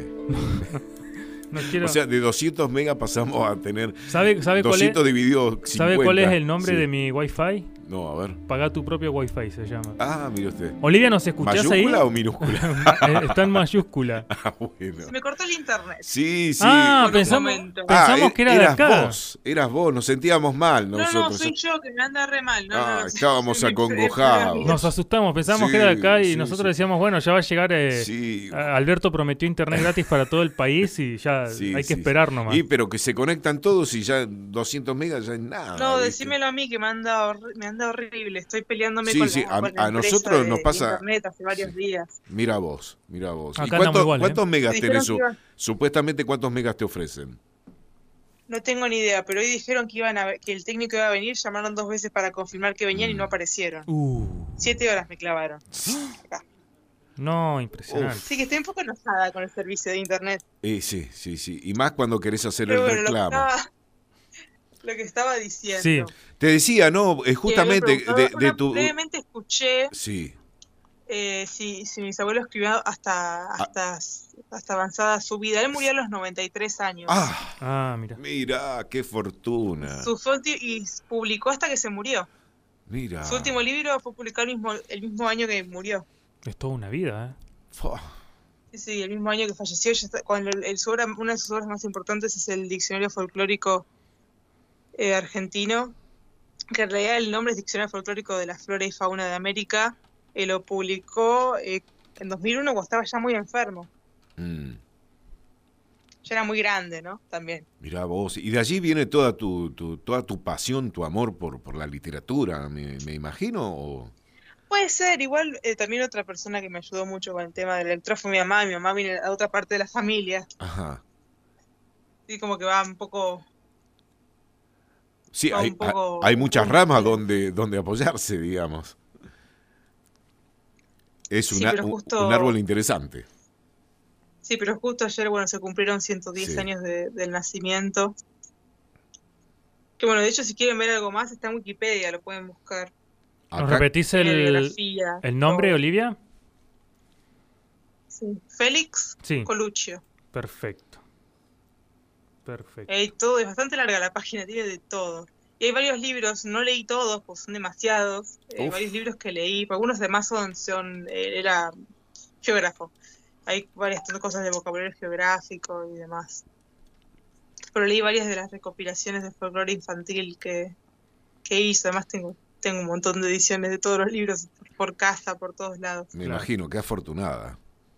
No quiero. O sea, de doscientos megas pasamos a tener ¿Sabe, sabe cuál es? doscientos dividido cincuenta. ¿Sabe cuál es el nombre Sí. de mi Wifi? No, a ver. Paga tu propio Wi-Fi se llama. Ah, mire usted. Olivia, ¿nos escuchás ahí? ¿Mayúscula o minúscula? Eh, Está en mayúscula. Ah, bueno. Se me cortó el internet. Sí, sí. Ah, por un pensamos, momento. pensamos Ah, que era de eras acá. vos, eras vos, nos sentíamos mal No, nosotros. no, soy yo que me anda re mal. No, Ah, no, no, estábamos soy mi- acongojados. Nos asustamos, pensamos Sí, que era de acá y sí, nosotros sí. decíamos, bueno, ya va a llegar. eh, Sí. a- Alberto prometió internet gratis para todo el país y ya Sí, hay que sí, esperar nomás. Y pero que se conectan todos y ya doscientos megas ya es nada. No, ¿viste? decímelo a mí que me anda, horri- me anda horrible. Estoy peleándome Sí, con, sí, la, a- con la a empresa nosotros de- nos de pasa- internet hace varios sí. días. Mira vos, mira vos. ¿Y Acá cuánto- andamos igual, ¿eh? cuántos megas Me dijeron tenés? que su- iban- Supuestamente, ¿cuántos megas te ofrecen? No tengo ni idea, pero hoy dijeron que iban a, ve- que el técnico iba a venir, llamaron dos veces para confirmar que venían y no Mm. aparecieron. Uh, Siete horas me clavaron. Acá. no, impresionante. Así que estoy un poco enojada con el servicio de internet. Eh, sí, sí, sí. Y más cuando querés hacer Pero el bueno, lo que, reclamo. estaba, lo que estaba diciendo. Sí. Te decía, ¿no? Eh, Que había justamente preguntado- de, de una- tu... brevemente escuché Sí. eh, si, si mis abuelos escribían hasta, hasta, hasta avanzada su vida. Él murió a los noventa y tres años. Ah, Ah, mira. mira, qué fortuna. Su ulti- y publicó hasta que se murió. Mira. Su último libro fue publicado el mismo, el mismo año que murió. Es toda una vida, ¿eh? Fua. Sí, sí, el mismo año que falleció. Ya está- cuando el, el- su obra- una de sus obras más importantes es el Diccionario Folclórico eh, Argentino, que en realidad el nombre es Diccionario Folclórico de la Flora y Fauna de América. Eh, lo publicó eh, en dos mil uno cuando estaba ya muy enfermo. Mm, Ya era muy grande, ¿no? También. mirá vos. Y de allí viene toda tu, tu- toda tu pasión, tu amor por, por la literatura, me, me imagino. ¿O? Puede ser, igual eh, también otra persona que me ayudó mucho con el tema de la lectura fue mi mamá. Mi mamá viene a otra parte de la familia. Ajá. Y como que va un poco... Sí, Va hay, un poco- hay muchas un- ramas donde, donde apoyarse, digamos. Es Sí, una- pero un- justo- un árbol interesante. Sí, pero justo ayer, bueno, se cumplieron ciento diez Sí. años de- del nacimiento. Que bueno, de hecho, si quieren ver algo más, está en Wikipedia, lo pueden buscar. ¿Nos Acá- repetís Tiene el, biografía, el nombre, todo. Olivia? Sí. Félix Sí. Coluccio. Perfecto. Perfecto. Hay todo, es bastante larga la página, tiene de todo. Y hay varios libros, no leí todos, pues son demasiados. Hay Uf. varios libros que leí, algunos además son, son eh, era geógrafo. Hay varias cosas de vocabulario geográfico y demás. Pero leí varias de las recopilaciones de folclore infantil que, que hizo. Además tengo, tengo un montón de ediciones de todos los libros por, por casa, por todos lados. Me Claro. imagino, qué afortunada.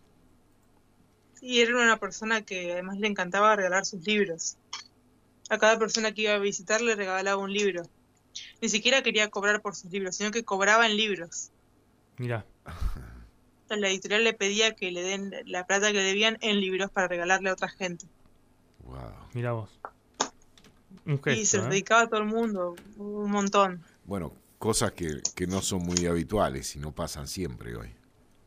Y era una persona que además le encantaba regalar sus libros. A cada persona que iba a visitar le regalaba un libro. Ni siquiera quería cobrar por sus libros, sino que cobraba en libros. Mira. La editorial le pedía que le den la plata que debían en libros para regalarle a otra gente. Wow. Mira vos. Un y se gesto, los ¿eh? dedicaba a todo el mundo, un montón. Bueno, cosas que, que no son muy habituales y no pasan siempre hoy.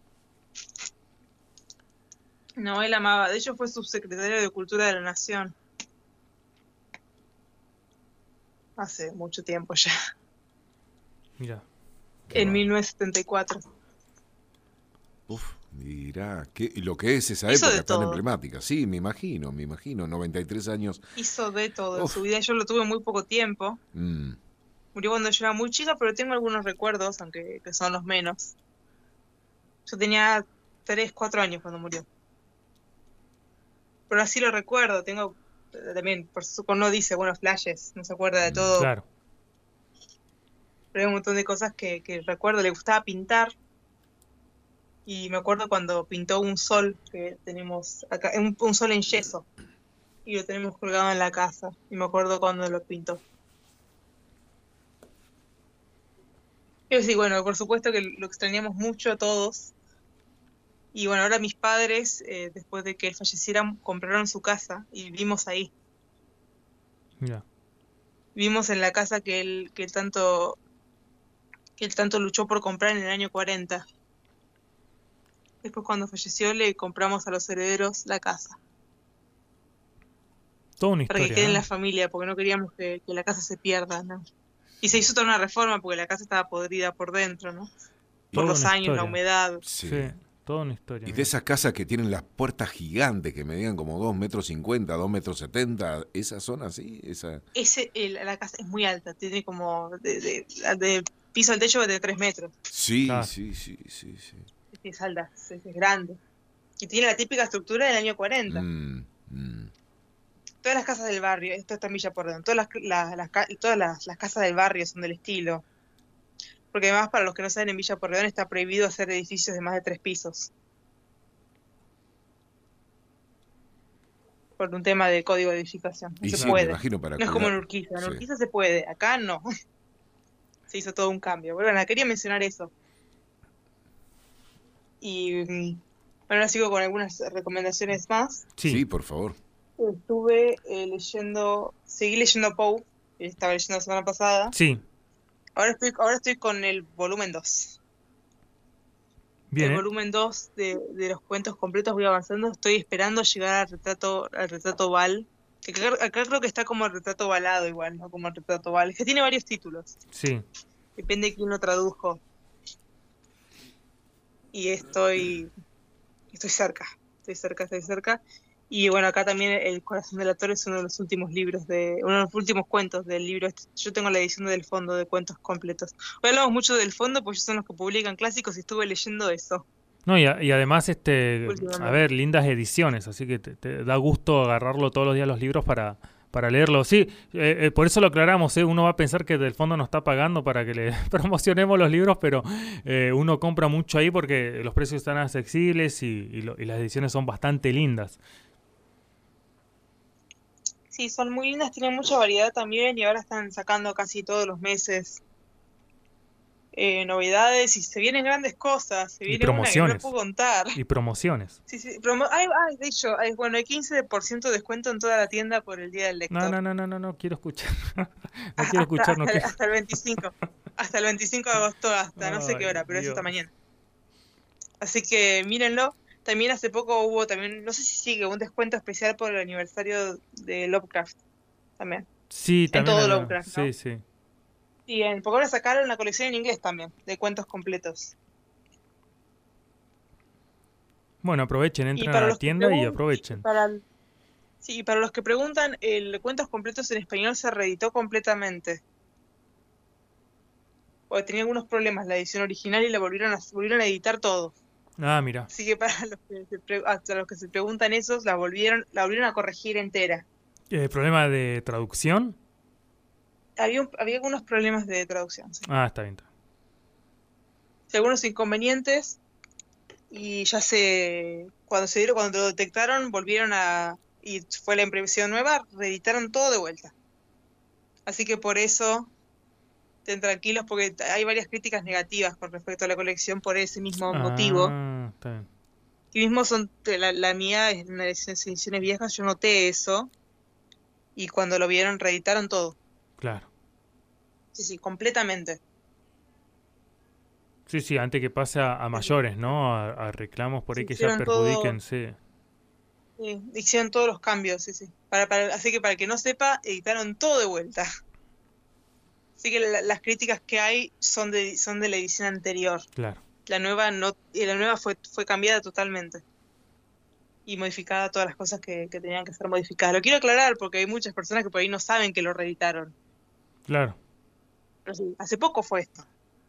No, él amaba. De hecho, fue subsecretario de Cultura de la Nación. Hace mucho tiempo ya. Mira. Qué en va. mil novecientos setenta y cuatro. Uf, mirá, qué, y lo que es esa Hizo época de tan todo, emblemática. Sí, me imagino, me imagino. noventa y tres años. hizo de todo en su Uf. vida. Yo lo tuve muy poco tiempo. Mm, Murió cuando yo era muy chica, pero tengo algunos recuerdos, aunque que son los menos. Yo tenía tres, cuatro años cuando murió. Pero así lo recuerdo. Tengo eh, también, por su no dice buenos flashes, no se acuerda de mm. todo. Claro. Pero hay un montón de cosas que, que recuerdo. Le gustaba pintar. Y me acuerdo cuando pintó un sol que tenemos acá, un, un sol en yeso. Y lo tenemos colgado en la casa. Y me acuerdo cuando lo pintó. Y sí, bueno, por supuesto que lo extrañamos mucho todos. Y bueno, ahora mis padres, eh, después de que él falleciera, compraron su casa y vivimos ahí. Mira. Vivimos en la casa que él, que él tanto, que él tanto luchó por comprar en el año cuarenta. Después cuando falleció le compramos a los herederos la casa. Toda una Para que quede historia, en la ¿eh? familia, porque no queríamos que, que la casa se pierda, ¿no? Y se hizo toda una reforma porque la casa estaba podrida por dentro, ¿no? Por Toda los una años, la historia. humedad. Sí. Sí, toda una historia. Y de Mira. esas casas que tienen las puertas gigantes que medían como dos metros cincuenta, dos metros setenta, esas son así, esa. Ese, el- la casa es muy alta, tiene como de, de, de piso al techo de tres metros. Sí, Claro. sí, sí, sí, sí. Es alta, es, es grande. Y tiene la típica estructura del año cuarenta. Mm, mm. Todas las casas del barrio, esto está en Villa Porredón, todas las, las, las ca- todas las, las casas del barrio son del estilo. Porque además, para los que no saben, en Villa Porredón está prohibido hacer edificios de más de tres pisos. Por un tema de código de edificación. No Y se sí, me puede. imagino para No es como en cuidar. Urquiza. En Sí. Urquiza se puede, acá no. Se hizo todo un cambio. Pero bueno, quería mencionar eso. Y mm, ahora sigo con algunas recomendaciones más. Sí. Sí, por favor. Estuve eh, leyendo, seguí leyendo Poe, que estaba leyendo la semana pasada. Sí. Ahora estoy, ahora estoy con el volumen dos. Bien, El ¿eh? volumen dos de, de los cuentos completos voy avanzando. Estoy esperando llegar al retrato, al retrato Val. Que acá, acá creo que está como el retrato balado igual, no como el retrato Val. Es que tiene varios títulos. Sí. Depende de quién lo tradujo. Y estoy, estoy cerca. Estoy cerca, estoy cerca. Y bueno, acá también El corazón del actor es uno de los últimos libros, de uno de los últimos cuentos del libro. Este- Yo tengo la edición del fondo de cuentos completos. Hoy hablamos mucho del fondo, porque ellos son los que publican clásicos y estuve leyendo eso No, y, a- y además, este, a últimamente. ver, lindas ediciones, así que te, te da gusto agarrarlo todos los días los libros para, para leerlo. Sí, eh, eh, por eso lo aclaramos, ¿eh? Uno va a pensar que del fondo nos está pagando para que le promocionemos los libros, pero eh, uno compra mucho ahí porque los precios están accesibles y, y, lo- y las ediciones son bastante lindas. Sí, son muy lindas, tienen mucha variedad también y ahora están sacando casi todos los meses eh, novedades y se vienen grandes cosas. Se Y viene una que no les promociones. puedo contar. Y promociones. Sí, sí, promo- ay, ay, de hecho, hay, bueno, hay quince por ciento de descuento en toda la tienda por el Día del No, Lector. no, no, no, no, no quiero escuchar. No Ah, quiero hasta, escuchar, no hasta, el- quiero. hasta el veinticinco. Hasta el veinticinco de agosto, hasta no sé qué hora, Ay, pero es hasta Dios. mañana. Así que mírenlo. También hace poco hubo también, no sé si sigue, un descuento especial por el aniversario de Lovecraft. También. Sí, En también todo había. Lovecraft, Sí, ¿no? sí. Y en, porque ahora sacaron la colección en inglés también, de cuentos completos. Bueno, aprovechen, Y entren a para la los que tienda y preguntan, aprovechen. para, sí, y para los que preguntan, el Cuentos Completos en español se reeditó completamente. Porque tenía algunos problemas la edición original y la volvieron a, volvieron a editar todo. Ah, mira. Así que para los que se, pre- hasta los que se preguntan esos, la volvieron, la volvieron a corregir entera. Eh, ¿problema de traducción? Había, un- había algunos problemas de traducción, sí. Ah, está bien. está bien. Sí, algunos inconvenientes y ya se, cuando se dieron, cuando lo detectaron, volvieron a, y fue la impresión nueva, reeditaron todo de vuelta. Así que por eso, estén tranquilos porque hay varias críticas negativas con respecto a la colección por ese mismo motivo. Ah, está bien. Y mismo son, la, la mía es una de esas ediciones viejas, yo noté eso y cuando lo vieron reeditaron todo. Claro. Sí, sí, completamente. Sí, sí, antes que pase a, a mayores, ¿no? A, a reclamos por ahí Se que ya hicieron todo, perjudiquen, sí. sí, hicieron todos los cambios, sí, sí. Para, para, así que para el que no sepa, editaron todo de vuelta. Así que la- las críticas que hay son de, son de la edición anterior. Claro. La nueva no, y la nueva fue, fue cambiada totalmente. Y modificada todas las cosas que, que tenían que ser modificadas. Lo quiero aclarar porque hay muchas personas que por ahí no saben que lo reeditaron. Claro. Pero sí, hace poco fue esto.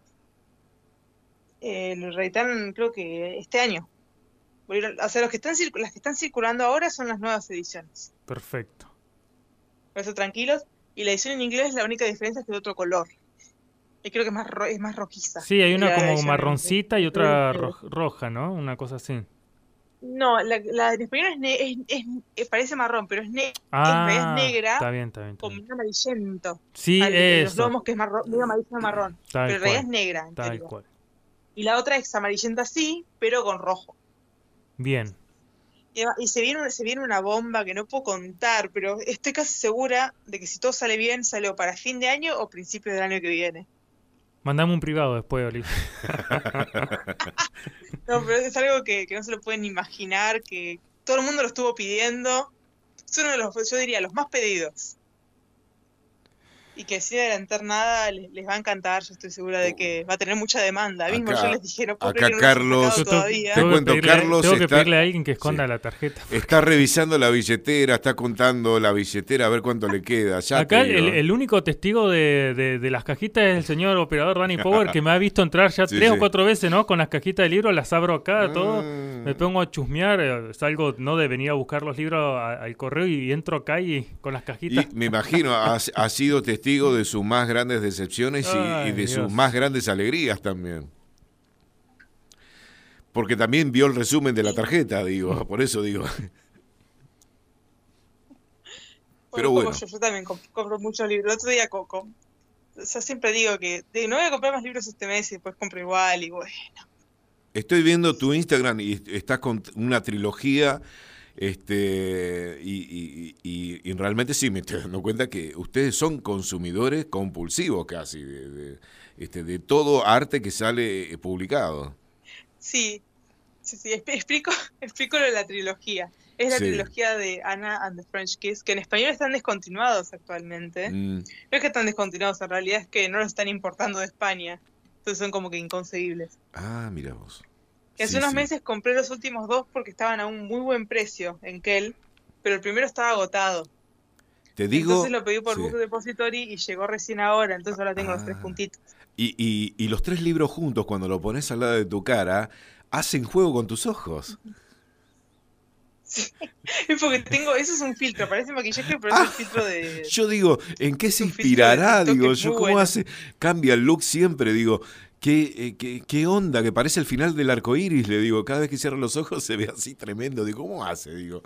Eh, lo reeditaron creo que este año. Volvieron- O sea, los que están circu- las que están circulando ahora son las nuevas ediciones. Perfecto. Por eso tranquilos. Y la edición en inglés, la única diferencia es que es de otro color. Y creo que es más, ro- es más rojiza. Sí, hay que una la como edición en inglés. marroncita y Creo que es otra negro. ro- roja, ¿no? Una cosa así. No, la, la en español es, ne- es- es- es- parece marrón, pero es, ne- es, en realidad es Ah, negra está bien, está bien, está con bien. un amarillento Sí, al- en los eso. lomos, que es marrón, medio amarillo marrón. Tal Pero en realidad cual. es negra, en Tal teoría. cual. Y la otra es amarillenta así, pero con rojo. Bien. Y, además- y se viene, se viene una bomba que no puedo contar, pero estoy casi segura de que si todo sale bien, sale o para fin de año o principios del año que viene. Mandame un privado después, Oli. No, pero es algo que, que no se lo pueden imaginar, que todo el mundo lo estuvo pidiendo. Es uno de los, yo diría, los más pedidos. Y que sin adelantar nada les, les va a encantar, yo estoy segura de que va a tener mucha demanda. Mismo yo Acá, les dije, no puedo acá creer que no lo hayan Carlos, sacado Yo tengo, todavía. tengo Te que cuento, pedirle, Carlos tengo que está- pedirle a alguien que esconda Sí. la tarjeta. Está revisando la billetera, está contando la billetera a ver cuánto le queda. Ya Acá te digo, el, ¿eh? el único testigo de, de- de las cajitas es el señor operador Danny Power, que me ha visto entrar ya Sí, tres sí. o cuatro veces, ¿no? Con las cajitas de libros, las abro acá, todo. Mm. Me pongo a chusmear, eh, salgo, ¿no? De venir a buscar los libros a- al correo y entro acá y con las cajitas. Y me imagino, ha, ha sido testigo de sus más grandes decepciones y, Ay, y de Dios. sus más grandes alegrías también. Porque también vio el resumen de la tarjeta, digo, por eso digo. Pero un poco bueno. yo, yo también comp- compro muchos libros. El otro día, co- com- o sea, siempre digo que de- no voy a comprar más libros este mes y después compro igual y bueno. Estoy viendo tu Instagram y estás con una trilogía, este, y, y- y- y realmente sí me estoy dando cuenta que ustedes son consumidores compulsivos casi de, de, este, de todo arte que sale eh, publicado. Sí, sí, sí, expl- explico, explico lo de la trilogía. Es la Sí. trilogía de Anna and the French Kiss, que en español están descontinuados actualmente. Mm, No es que están descontinuados, en realidad es que no los están importando de España. Entonces son como que inconseguibles. Ah, mira vos. Y hace Sí, unos sí. meses compré los últimos dos porque estaban a un muy buen precio en Kell, pero el primero estaba agotado. Te digo. Entonces lo pedí por Sí. Book Depository y llegó recién ahora, entonces ahora tengo los tres Ah. puntitos. Y, y, y los tres libros juntos, cuando lo pones al lado de tu cara, hacen juego con tus ojos. Es porque tengo, eso es un filtro, parece maquillaje, pero es el filtro de... Yo digo, ¿en qué se un filtro de inspirará? TikTok Digo, que es yo, muy ¿cómo bueno. hace? Cambia el look siempre, digo. ¿Qué, eh, qué, qué onda? Que parece el final del arco iris, le digo. Cada vez que cierra los ojos se ve así tremendo. Digo, ¿cómo hace? Digo,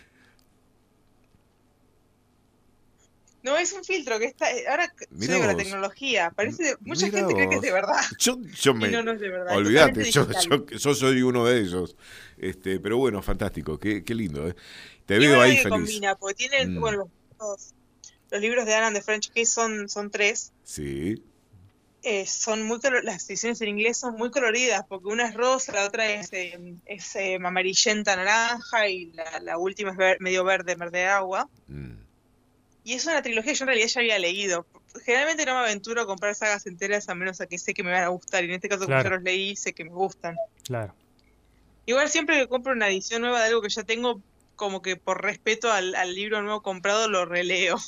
No, es un filtro que está... Ahora, yo Mirá digo, la vos. tecnología, parece... Mucha Mirá gente cree que es vos. de verdad. yo, yo Y me. no, no es de verdad. es Olvídate, totalmente yo, digital. yo, yo soy uno de ellos. Este, pero bueno, fantástico, qué, qué lindo, ¿eh? Te Y veo bueno, ahí que feliz. combina, porque tienen, Mm. bueno, los, los libros de Anna and the French Kiss son, son tres. Sí. Eh, son muy color- las ediciones en inglés son muy coloridas, porque una es rosa, la otra es, eh, es eh, amarillenta naranja y la, la última es ver- medio verde, verde agua. Mm. Y es una trilogía que yo en realidad ya había leído. Generalmente no me aventuro a comprar sagas enteras a menos a que sé que me van a gustar. Y en este caso, como Claro. ya los leí, sé que me gustan. Claro. Igual siempre que compro una edición nueva de algo que ya tengo, como que por respeto al, al libro nuevo comprado, lo releo.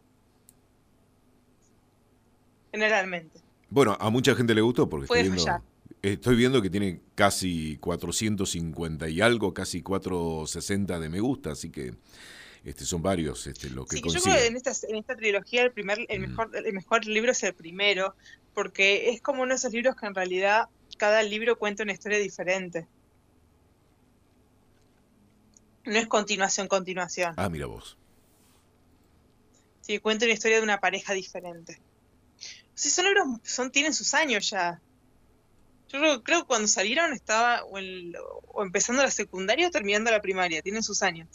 Generalmente. Bueno, a mucha gente le gustó porque Puede estoy viendo, fallar. estoy viendo que tiene casi cuatrocientos cincuenta y algo, casi cuatrocientos sesenta de me gusta, así que este, son varios este, los que Sí, que yo creo que consiguen. en esta, en esta trilogía el primer, el Mm. mejor, el mejor libro es el primero, porque es como uno de esos libros que en realidad cada libro cuenta una historia diferente. No es continuación, continuación. Ah, mira vos. Sí, cuenta una historia de una pareja diferente. Sí, son libros, son, tienen sus años ya. Yo creo, creo que cuando salieron estaba o, el- o empezando la secundaria o terminando la primaria, tienen sus años.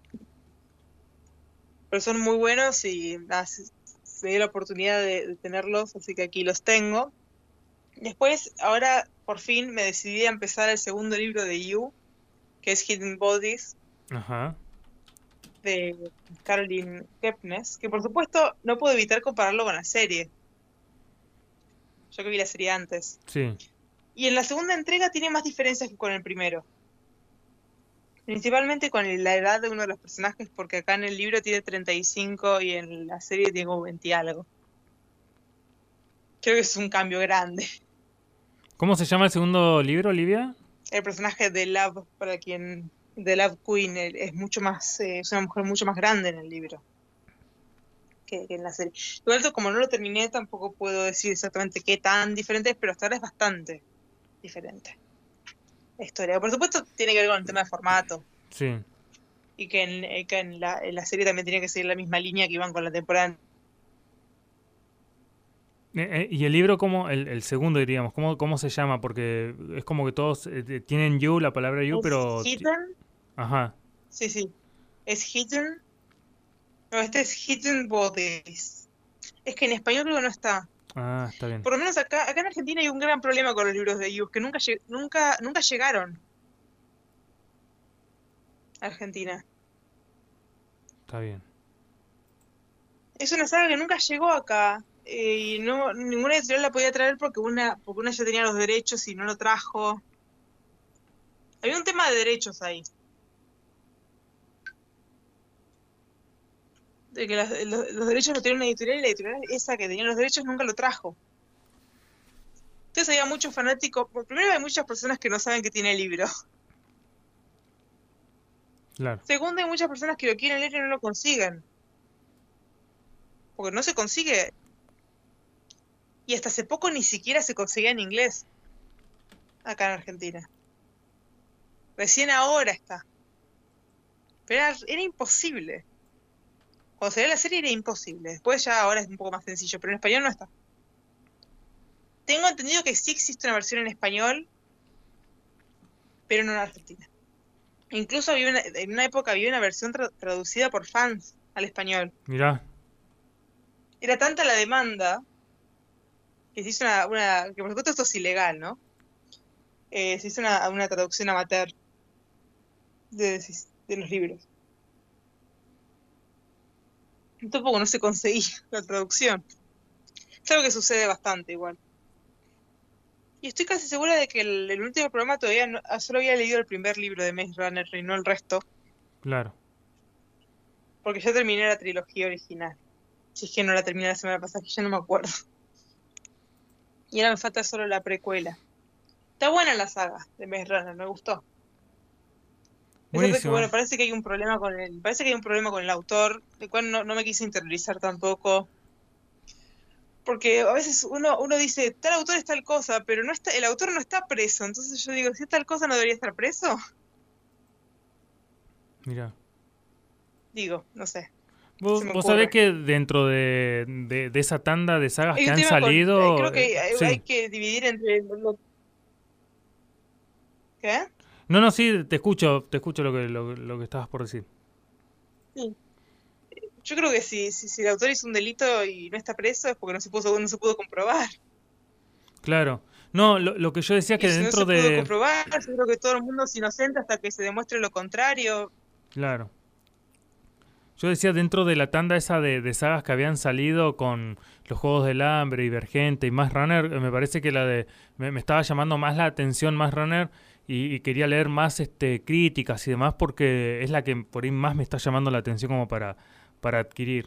Pero son muy buenos y nada, se, se dio la oportunidad de, de tenerlos, así que aquí los tengo. Después, ahora por fin me decidí a empezar el segundo libro de You, que es Hidden Bodies, Ajá. de Caroline Kepnes, que por supuesto no puedo evitar compararlo con la serie. yo que vi la serie antes. Sí. Y en la segunda entrega tiene más diferencias que con el primero. Principalmente con el- la edad de uno de los personajes, porque acá en el libro tiene treinta y cinco y en la serie tiene como veinte y algo. Creo que es un cambio grande. ¿Cómo se llama el segundo libro, Olivia? El personaje de Love, para quien, de Love Queen, eh, es mucho más, eh, es una mujer mucho más grande en el libro que, que en la serie. Igual, como no lo terminé, tampoco puedo decir exactamente qué tan diferente es, pero hasta ahora es bastante diferente la historia. Por supuesto, tiene que ver con el tema de formato. Sí. Y que en, eh, que en la, en la serie también tiene que seguir la misma línea que iban con la temporada. Eh, eh, ¿Y el libro cómo, el, el segundo diríamos, cómo, cómo se llama? Porque es como que todos eh, tienen you, la palabra you, Es pero... ti- Hidden, Ajá. sí, sí. Es Hidden. No, este es Hidden Bodies. Es que en español creo que no está. Ah, está bien. Por lo menos acá, acá en Argentina hay un gran problema con los libros de You, que nunca, lleg- nunca, nunca llegaron a Argentina. Está bien. Es una saga que nunca llegó acá. eh, y no, ninguna editorial la podía traer porque una, porque una ya tenía los derechos y no lo trajo. Había un tema de derechos ahí. De que las- los, los derechos lo tenía una editorial y la editorial esa que tenía los derechos nunca lo trajo. Entonces había muchos fanáticos. Por primero, hay muchas personas que no saben que tiene el libro. Claro. Segundo, hay muchas personas que lo quieren leer y no lo consiguen. Porque no se consigue. Y hasta hace poco ni siquiera se conseguía en inglés. Acá en Argentina. Recién ahora está. Pero era, era imposible. Cuando salió la serie era imposible. Después ya ahora es un poco más sencillo. Pero en español no está. Tengo entendido que sí existe una versión en español. Pero no en Argentina. Incluso había una- en una época había una versión tra- traducida por fans al español. Mirá. Era tanta la demanda que se hizo una, una- que por supuesto esto es ilegal, ¿no? Eh, se hizo una, una traducción amateur de, de los libros. Tampoco no se conseguía la traducción. Es algo que sucede bastante igual. Y estoy casi segura de que el, el último programa todavía no- ah, solo había leído el primer libro de Maze Runner y no el resto, Claro. porque ya terminé la trilogía original. Si es que no la terminé la semana pasada, que ya no me acuerdo. Y ahora me falta solo la precuela. Está buena la saga de Maze Runner, me gustó. Excepto que, Buenísimo. bueno, parece que hay un problema con el, parece que hay un problema con el autor, del cual no, no me quise interiorizar tampoco. Porque a veces uno, uno dice, tal autor es tal cosa, pero no está, el autor no está preso. Entonces yo digo, si es tal cosa, ¿no debería estar preso? Mirá. Digo, no sé. Se Vos, me vos sabés ocurre. que dentro de, de, de esa tanda de sagas Hay que un han tema con, eh, salido... creo eh, que hay, hay sí. que dividir entre lo, lo- ¿qué? No, no, sí, te escucho, te escucho lo que, lo, lo que estabas por decir. Sí. Yo creo que si, si, si el autor hizo un delito y no está preso es porque no se pudo, no se pudo comprobar. Claro. No, lo, lo que yo decía es Y que si no dentro se pudo de... comprobar, yo creo que todo el mundo es inocente hasta que se demuestre lo contrario. Claro. Yo decía dentro de la tanda esa de, de sagas que habían salido con los Juegos del Hambre, Divergente y Maze Runner, eh, me parece que la de... Me, me estaba llamando más la atención Maze Runner y, y quería leer más este críticas y demás porque es la que por ahí más me está llamando la atención como para, para adquirir.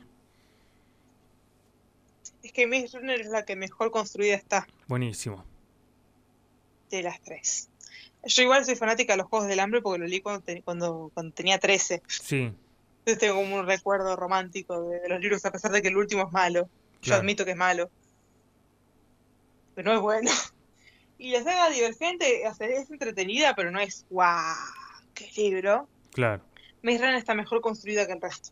Es que Maze Runner es la que mejor construida está Buenísimo. de las tres. Yo igual soy fanática de los Juegos del Hambre porque lo leí cuando, te- cuando, cuando tenía trece. Sí, Entonces tengo como un recuerdo romántico de, de los libros, a pesar de que el último es malo. Yo claro, admito que es malo, pero no es bueno. Y la saga Divergente, o sea, es entretenida, pero no es ¡guau! ¡Qué libro! claro. Maze Runner está mejor construida que el resto.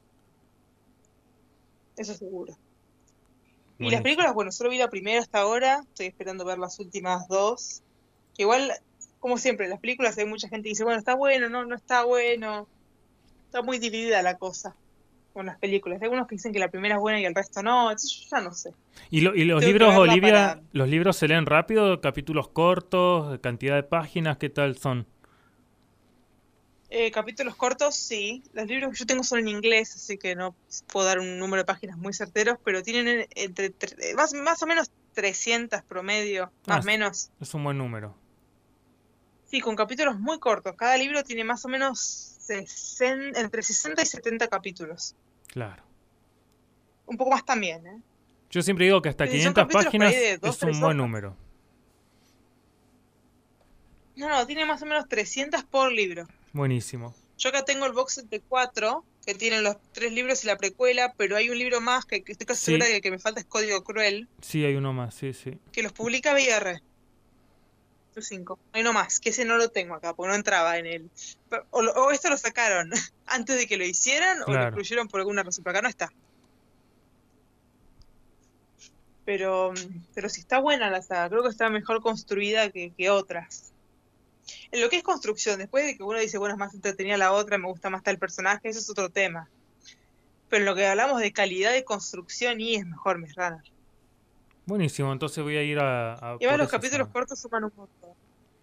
Eso seguro. Y las Buenísimo. películas, bueno, solo vi la primera hasta ahora. Estoy esperando ver las últimas dos. Que igual, como siempre, las películas hay mucha gente que dice, bueno, está bueno, no, no está bueno. Está muy dividida la cosa con las películas. Hay algunos que dicen que la primera es buena y el resto no. Entonces yo ya no sé. ¿Y, lo- y los Tengo que libros, verla Olivia, para... los libros se leen rápido? ¿Capítulos cortos? ¿Cantidad de páginas? ¿Qué tal son? Eh, capítulos cortos, sí. Los libros que yo tengo son en inglés, así que no puedo dar un número de páginas muy certeros, pero tienen entre, tre- más, más o menos trescientas promedio, Ah, más o es, menos. es un buen número. Sí, con capítulos muy cortos. Cada libro tiene más o menos sesenta, entre sesenta y setenta capítulos. Claro. Un poco más también, ¿eh? Yo siempre digo que hasta Pero si son quinientas capítulos por ahí páginas de dos, es un tres buen hojas. número. No, no, tiene más o menos trescientas por libro. Buenísimo. Yo acá tengo el box set de cuatro, que tienen los tres libros y la precuela, pero hay un libro más que, que estoy casi segura Sí, de que me falta, es Código Cruel, sí, hay uno más, sí, sí. que los publica B R. Los cinco. Hay uno más, que ese no lo tengo acá, porque no entraba en el... pero- O, lo- o esto lo sacaron antes de que lo hicieran, o lo Claro. incluyeron por alguna razón, pero acá no está. Pero, pero sí está buena la saga, creo que está mejor construida que, que otras. En lo que es construcción, después de que uno dice, bueno, es más entretenida la otra, me gusta más tal personaje, eso es otro tema. Pero en lo que hablamos de calidad de construcción, y es mejor Mis Runner. Buenísimo, entonces voy a ir a, a Y además por los esa capítulos saga. cortos suman un montón.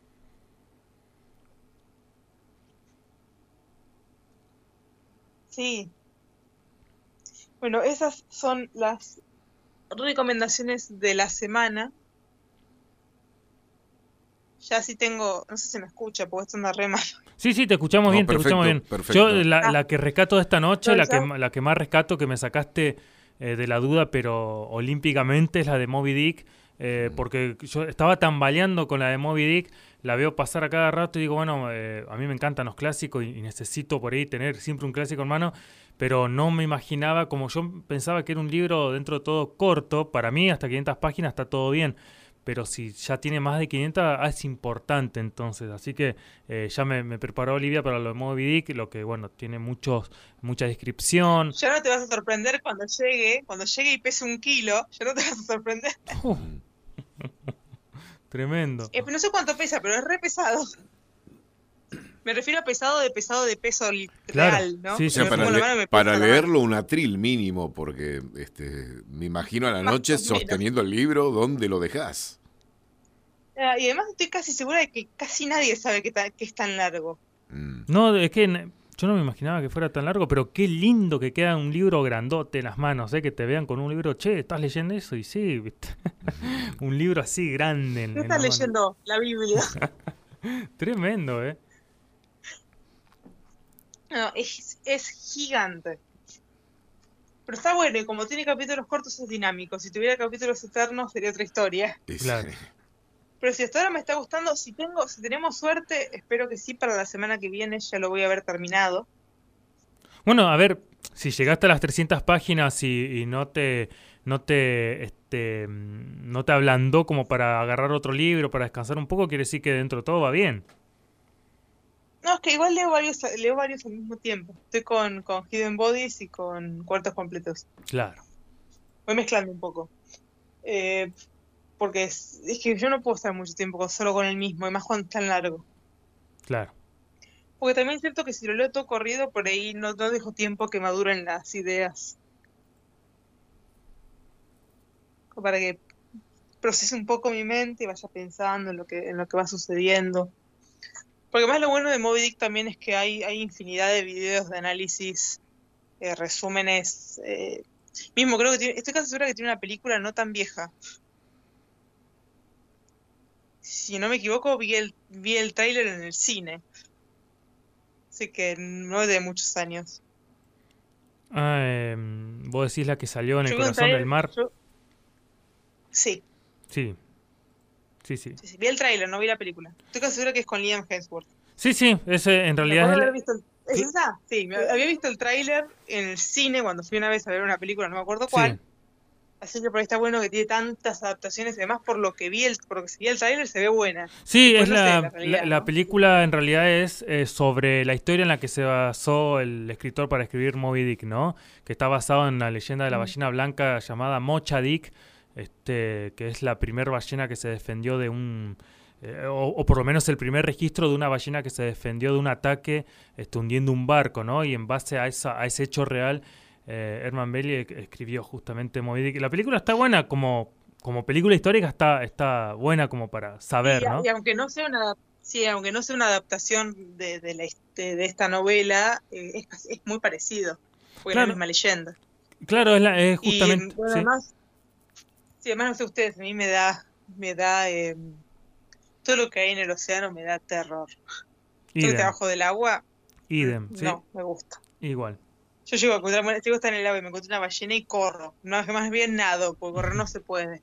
Sí, bueno, esas son las recomendaciones de la semana. Ya sí tengo, no sé si me escucha, porque esto anda re mal. Sí, sí, te escuchamos No, bien, te escuchamos perfecto, bien. perfecto. Yo la, Ah, la que rescato de esta noche, no, la que, ya. ma- la que más rescato que me sacaste eh, de la duda, pero olímpicamente, es la de Moby Dick, eh, Mm. porque yo estaba tambaleando con la de Moby Dick, la veo pasar a cada rato y digo, bueno, eh, a mí me encantan los clásicos y, y necesito por ahí tener siempre un clásico en mano, pero no me imaginaba, como yo pensaba que era un libro dentro de todo corto, para mí hasta quinientas páginas está todo bien. Pero si ya tiene más de quinientas, ah, es importante entonces. Así que eh, ya me, me preparó Olivia para lo de Moby Dick, lo que, bueno, tiene muchos, mucha descripción. Ya no te vas a sorprender cuando llegue, cuando llegue y pese un kilo, ya no te vas a sorprender. Uh, Mm. tremendo. Eh, no sé cuánto pesa, pero es re pesado. Me refiero a pesado de pesado de peso li- Claro, real, ¿no? sí, O sí, sea, Me sí. lo para, pongo en la le- mano y me para pesa la mano. leerlo un atril mínimo, porque este, me imagino a la Más noche o menos. sosteniendo el libro, ¿dónde lo dejás? Ah, y además estoy casi segura de que casi nadie sabe que, ta- que es tan largo. Mm. No, es que ne- yo no me imaginaba que fuera tan largo, pero qué lindo que queda un libro grandote en las manos, ¿eh? Que te vean con un libro, che, ¿estás leyendo eso? Y sí, ¿viste? Un libro así grande en, ¿Qué en estás la mano. leyendo? La Biblia. Tremendo, ¿eh? No, es, es gigante. Pero está bueno, y como tiene capítulos cortos es dinámico. Si tuviera capítulos eternos sería otra historia. Es- Claro. Pero si hasta ahora me está gustando, si tengo, si tenemos suerte, espero que sí, para la semana que viene ya lo voy a haber terminado. Bueno, a ver, si llegaste a las trescientas páginas y, y no te no te este mm, no te ablandó como para agarrar otro libro, para descansar un poco, quiere decir que dentro de todo va bien. No, es que igual leo varios, leo varios al mismo tiempo. Estoy con, con Hidden Bodies y con Cuartos Completos. Claro, Voy mezclando un poco. Eh, porque es, es que yo no puedo estar mucho tiempo con- solo con el mismo, y más cuando es tan largo. claro. Porque también es cierto que si lo leo todo corrido, por ahí no, no dejo tiempo que maduren las ideas. Como para que procese un poco mi mente y vaya pensando en lo que, en lo que va sucediendo. Porque más lo bueno de Moby Dick también es que hay, hay infinidad de videos de análisis, eh, resúmenes. eh, mismo creo que tiene, estoy casi segura que tiene una película no tan vieja. Si no me equivoco, vi el, vi el tráiler en el cine. Así que no es de muchos años. Ah, em, vos decís la que salió en el Yo vi un corazón del tráiler, mar. yo- sí, Sí, sí, sí. sí, sí, vi el tráiler, no vi la película. Estoy casi segura que es con Liam Hemsworth. Sí, sí, ese en Me realidad acuerdo es de el- haber visto el- ¿Es cl- esa? Sí, me había visto el tráiler en el cine cuando fui una vez a ver una película, no me acuerdo sí. cuál. Así que por ahí está bueno que tiene tantas adaptaciones. Y además, por lo que vi, el, por lo que se vi el tráiler, se ve buena. Sí, Después es no sé, la, la realidad, la, la ¿no? película en realidad es eh, sobre la historia en la que se basó el escritor para escribir Moby Dick, ¿no? Que está basado en la leyenda de la Mm. ballena blanca llamada Mocha Dick, este, que es la primera ballena que se defendió de un... eh, o, o por lo menos el primer registro de una ballena que se defendió de un ataque este, hundiendo un barco, ¿no? Y en base a, esa, a ese hecho real, eh, Herman Bailey e- escribió justamente Moby Dick. La película está buena como, como película histórica, está, está buena como para saber, Y, a- ¿no? y aunque no sea una, sí, aunque no sea una adaptación de, de, la, este- de esta novela, eh, es, casi- es muy parecido. Porque es la Claro, misma leyenda. claro, es, la- es Y justamente... bueno, sí. además, Sí, además no sé ustedes, a mí me da, me da, eh, todo lo que hay en el océano me da terror. Todo lo que está Idem, abajo del agua, idem, sí, no, me gusta. igual. Yo llego a encontrar, llego a estar en el agua y me encuentro una ballena y corro. No, más bien nado, porque correr no se puede.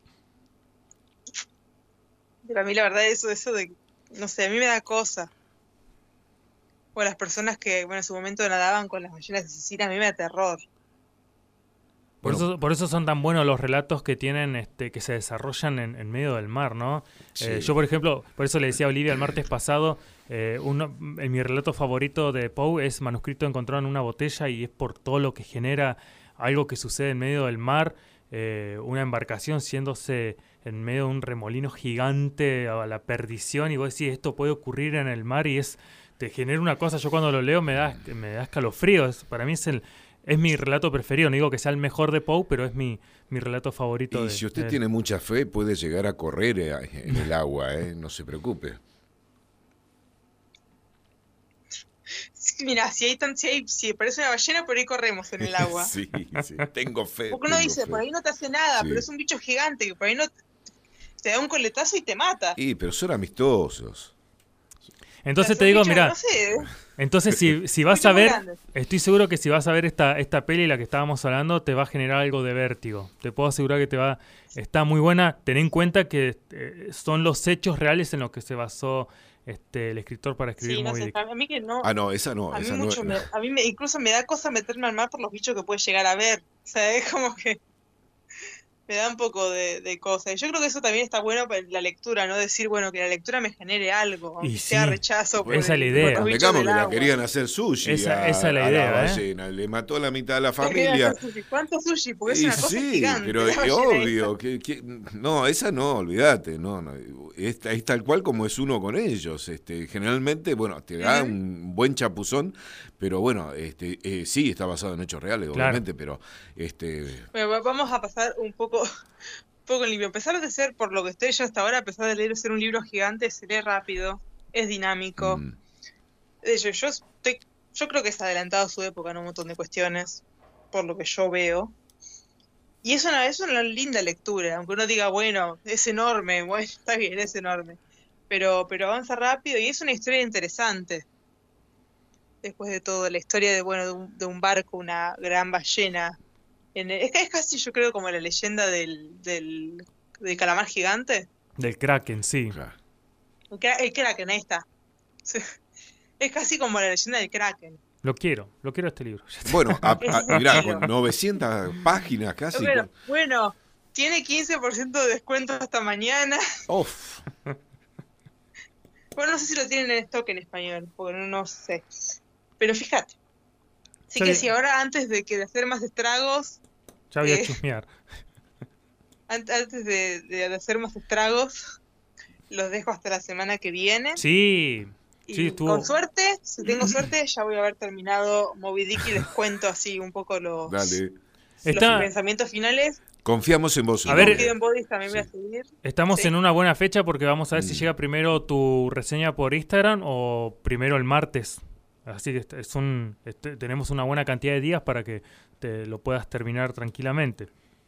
Pero a mí la verdad eso, eso de, no sé, a mí me da cosa. O las personas que, bueno, en su momento nadaban con las ballenas asesinas, a mí me da terror. Por, Bueno. eso, por eso son tan buenos los relatos que tienen, este, que se desarrollan en, en medio del mar, ¿no? Sí. Eh, yo, por ejemplo, por eso le decía a Olivia el martes pasado, eh, uno, en mi relato favorito de Poe es Manuscrito encontrado en una botella, y es por todo lo que genera algo que sucede en medio del mar, eh, una embarcación siéndose en medio de un remolino gigante a la perdición, y vos decís, esto puede ocurrir en el mar, y es te genera una cosa, yo cuando lo leo me da, me da escalofrío, es, para mí es el... Es mi relato preferido, no digo que sea el mejor de Poe, pero es mi, mi relato favorito. Y de, si usted de tiene mucha fe, puede llegar a correr eh, en el agua, ¿eh? No se preocupe. Sí, mira, si hay tan, si hay, si aparece una ballena, por ahí corremos en el agua. Sí, sí, tengo fe. Porque uno tengo dice, fe. por ahí no te hace nada, Sí. pero es un bicho gigante que por ahí no te, te da un coletazo y te mata. Y, pero son amistosos. Entonces Son te digo, bichos, mira, no sé, entonces si, si vas bichos a muy ver, grandes. estoy seguro que si vas a ver esta, esta peli, la que estábamos hablando, te va a generar algo de vértigo. Te puedo asegurar que te va, está muy buena. Ten en cuenta que eh, son los hechos reales en los que se basó este, el escritor para escribir Sí, no Moby sé, Dick. a mí que no, Ah, no, esa no, a mí esa no. mucho, me, a mí me, incluso me da cosa meterme al mar por los bichos que puede llegar a ver. O sea, es como que me da un poco de, de cosa. Y yo creo que eso también está bueno para la lectura, ¿no? Decir, bueno, que la lectura me genere algo, aunque Y sea sí, rechazo por, esa es la el- idea. por los bichos Convengamos del que la agua. querían hacer sushi Esa- a, esa es la a idea, la ¿eh? ballena. Le mató a la mitad de la La querían familia. hacer sushi. ¿Cuánto sushi? Porque es Y una cosa sí, gigante. pero la es ballena obvio que, que- no, esa no, olvídate, no, no, es, es tal cual como es uno con ellos. Este, generalmente, bueno, te da Ujú. un buen chapuzón, pero bueno, este, eh, sí está basado en hechos reales, Claro. obviamente, pero este, Bueno, va- vamos a pasar un poco, un poco en limpio. A pesar de ser, por lo que estoy yo hasta ahora, a pesar de leer ser un libro gigante, se lee rápido, es dinámico. mm, De hecho, yo estoy, yo creo que es adelantado a su época en un montón de cuestiones, por lo que yo veo. Y es una, es una linda lectura, aunque uno diga, bueno, es enorme, bueno, está bien, es enorme. Pero, pero avanza rápido y es una historia interesante. Después de todo, la historia de, bueno, de un, de un barco, una gran ballena. En el- es, ca- es casi, yo creo, como la leyenda del, del, del calamar gigante. Del Kraken, sí. claro. El, cra- el Kraken, ahí está. Es casi como la leyenda del Kraken. Lo quiero, lo quiero este libro. Bueno, a- Ese a- es el mirá, estilo. con novecientas páginas casi. Bueno, con- bueno, tiene quince por ciento de descuento hasta mañana. Uf, Bueno, no sé si lo tienen en stock en español, porque no, no sé. Pero fíjate. Así Yo que di- si ahora, antes de que de hacer más estragos, Ya voy a Eh. chusmear. an- antes de, de hacer más estragos, los dejo hasta la semana que viene. Sí, Y sí, estuvo- con suerte, si tengo suerte, ya voy a haber terminado Moby Dick y les cuento así un poco los, dale. los Está- pensamientos finales. Confiamos en vos. A ver, Silvia. Hidden Bodies también voy a Sí. seguir. estamos Sí. en una buena fecha porque vamos a ver si Mm. llega primero tu reseña por Instagram o primero el martes. Así que este- es un, este- tenemos una buena cantidad de días para que te lo puedas terminar tranquilamente.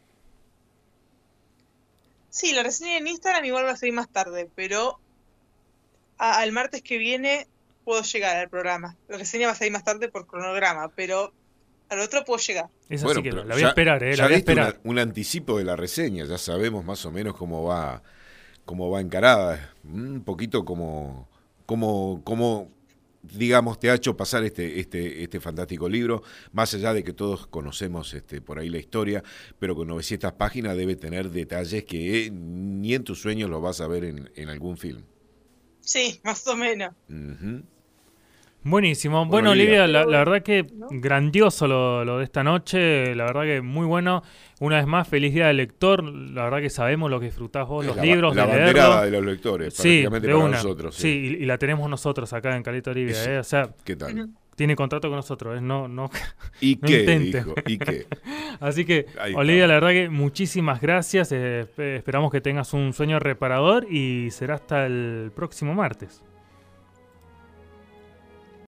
Sí, la reseña en Instagram igual va a seguir más tarde, pero a- al martes que viene puedo llegar al programa. La reseña va a salir más tarde por cronograma, pero al otro puedo llegar. Es Bueno, así que pero la voy ya- a esperar, eh, ya la voy a diste esperar. una- un anticipo de la reseña, ya sabemos más o menos cómo va, cómo va encarada, un poquito como, como, como, digamos, te ha hecho pasar este, este, este fantástico libro, más allá de que todos conocemos este, por ahí la historia, pero con novecientas páginas debe tener detalles que ni en tus sueños los vas a ver en, en algún film. Sí, más o menos. Ujú. Buenísimo. Bueno, Bueno, Olivia. Olivia, la, la verdad que ¿No? grandioso lo, lo de esta noche. La verdad que muy bueno. Una vez más, feliz día del lector. La verdad que sabemos lo que disfrutás vos, Es los la, libros, la de banderada leerlo. de los lectores, Sí, prácticamente de para una. nosotros. Sí, y, y la tenemos nosotros acá en Caleta Olivia. Eso. ¿eh? O sea, ¿Qué tal? Ujú. tiene contrato con nosotros. ¿eh? No, no. ¿Y No qué, intenten. dijo? ¿Y qué? Así que, Ahí está. Olivia, la verdad que muchísimas gracias. Eh, espe- esperamos que tengas un sueño reparador y será hasta el próximo martes.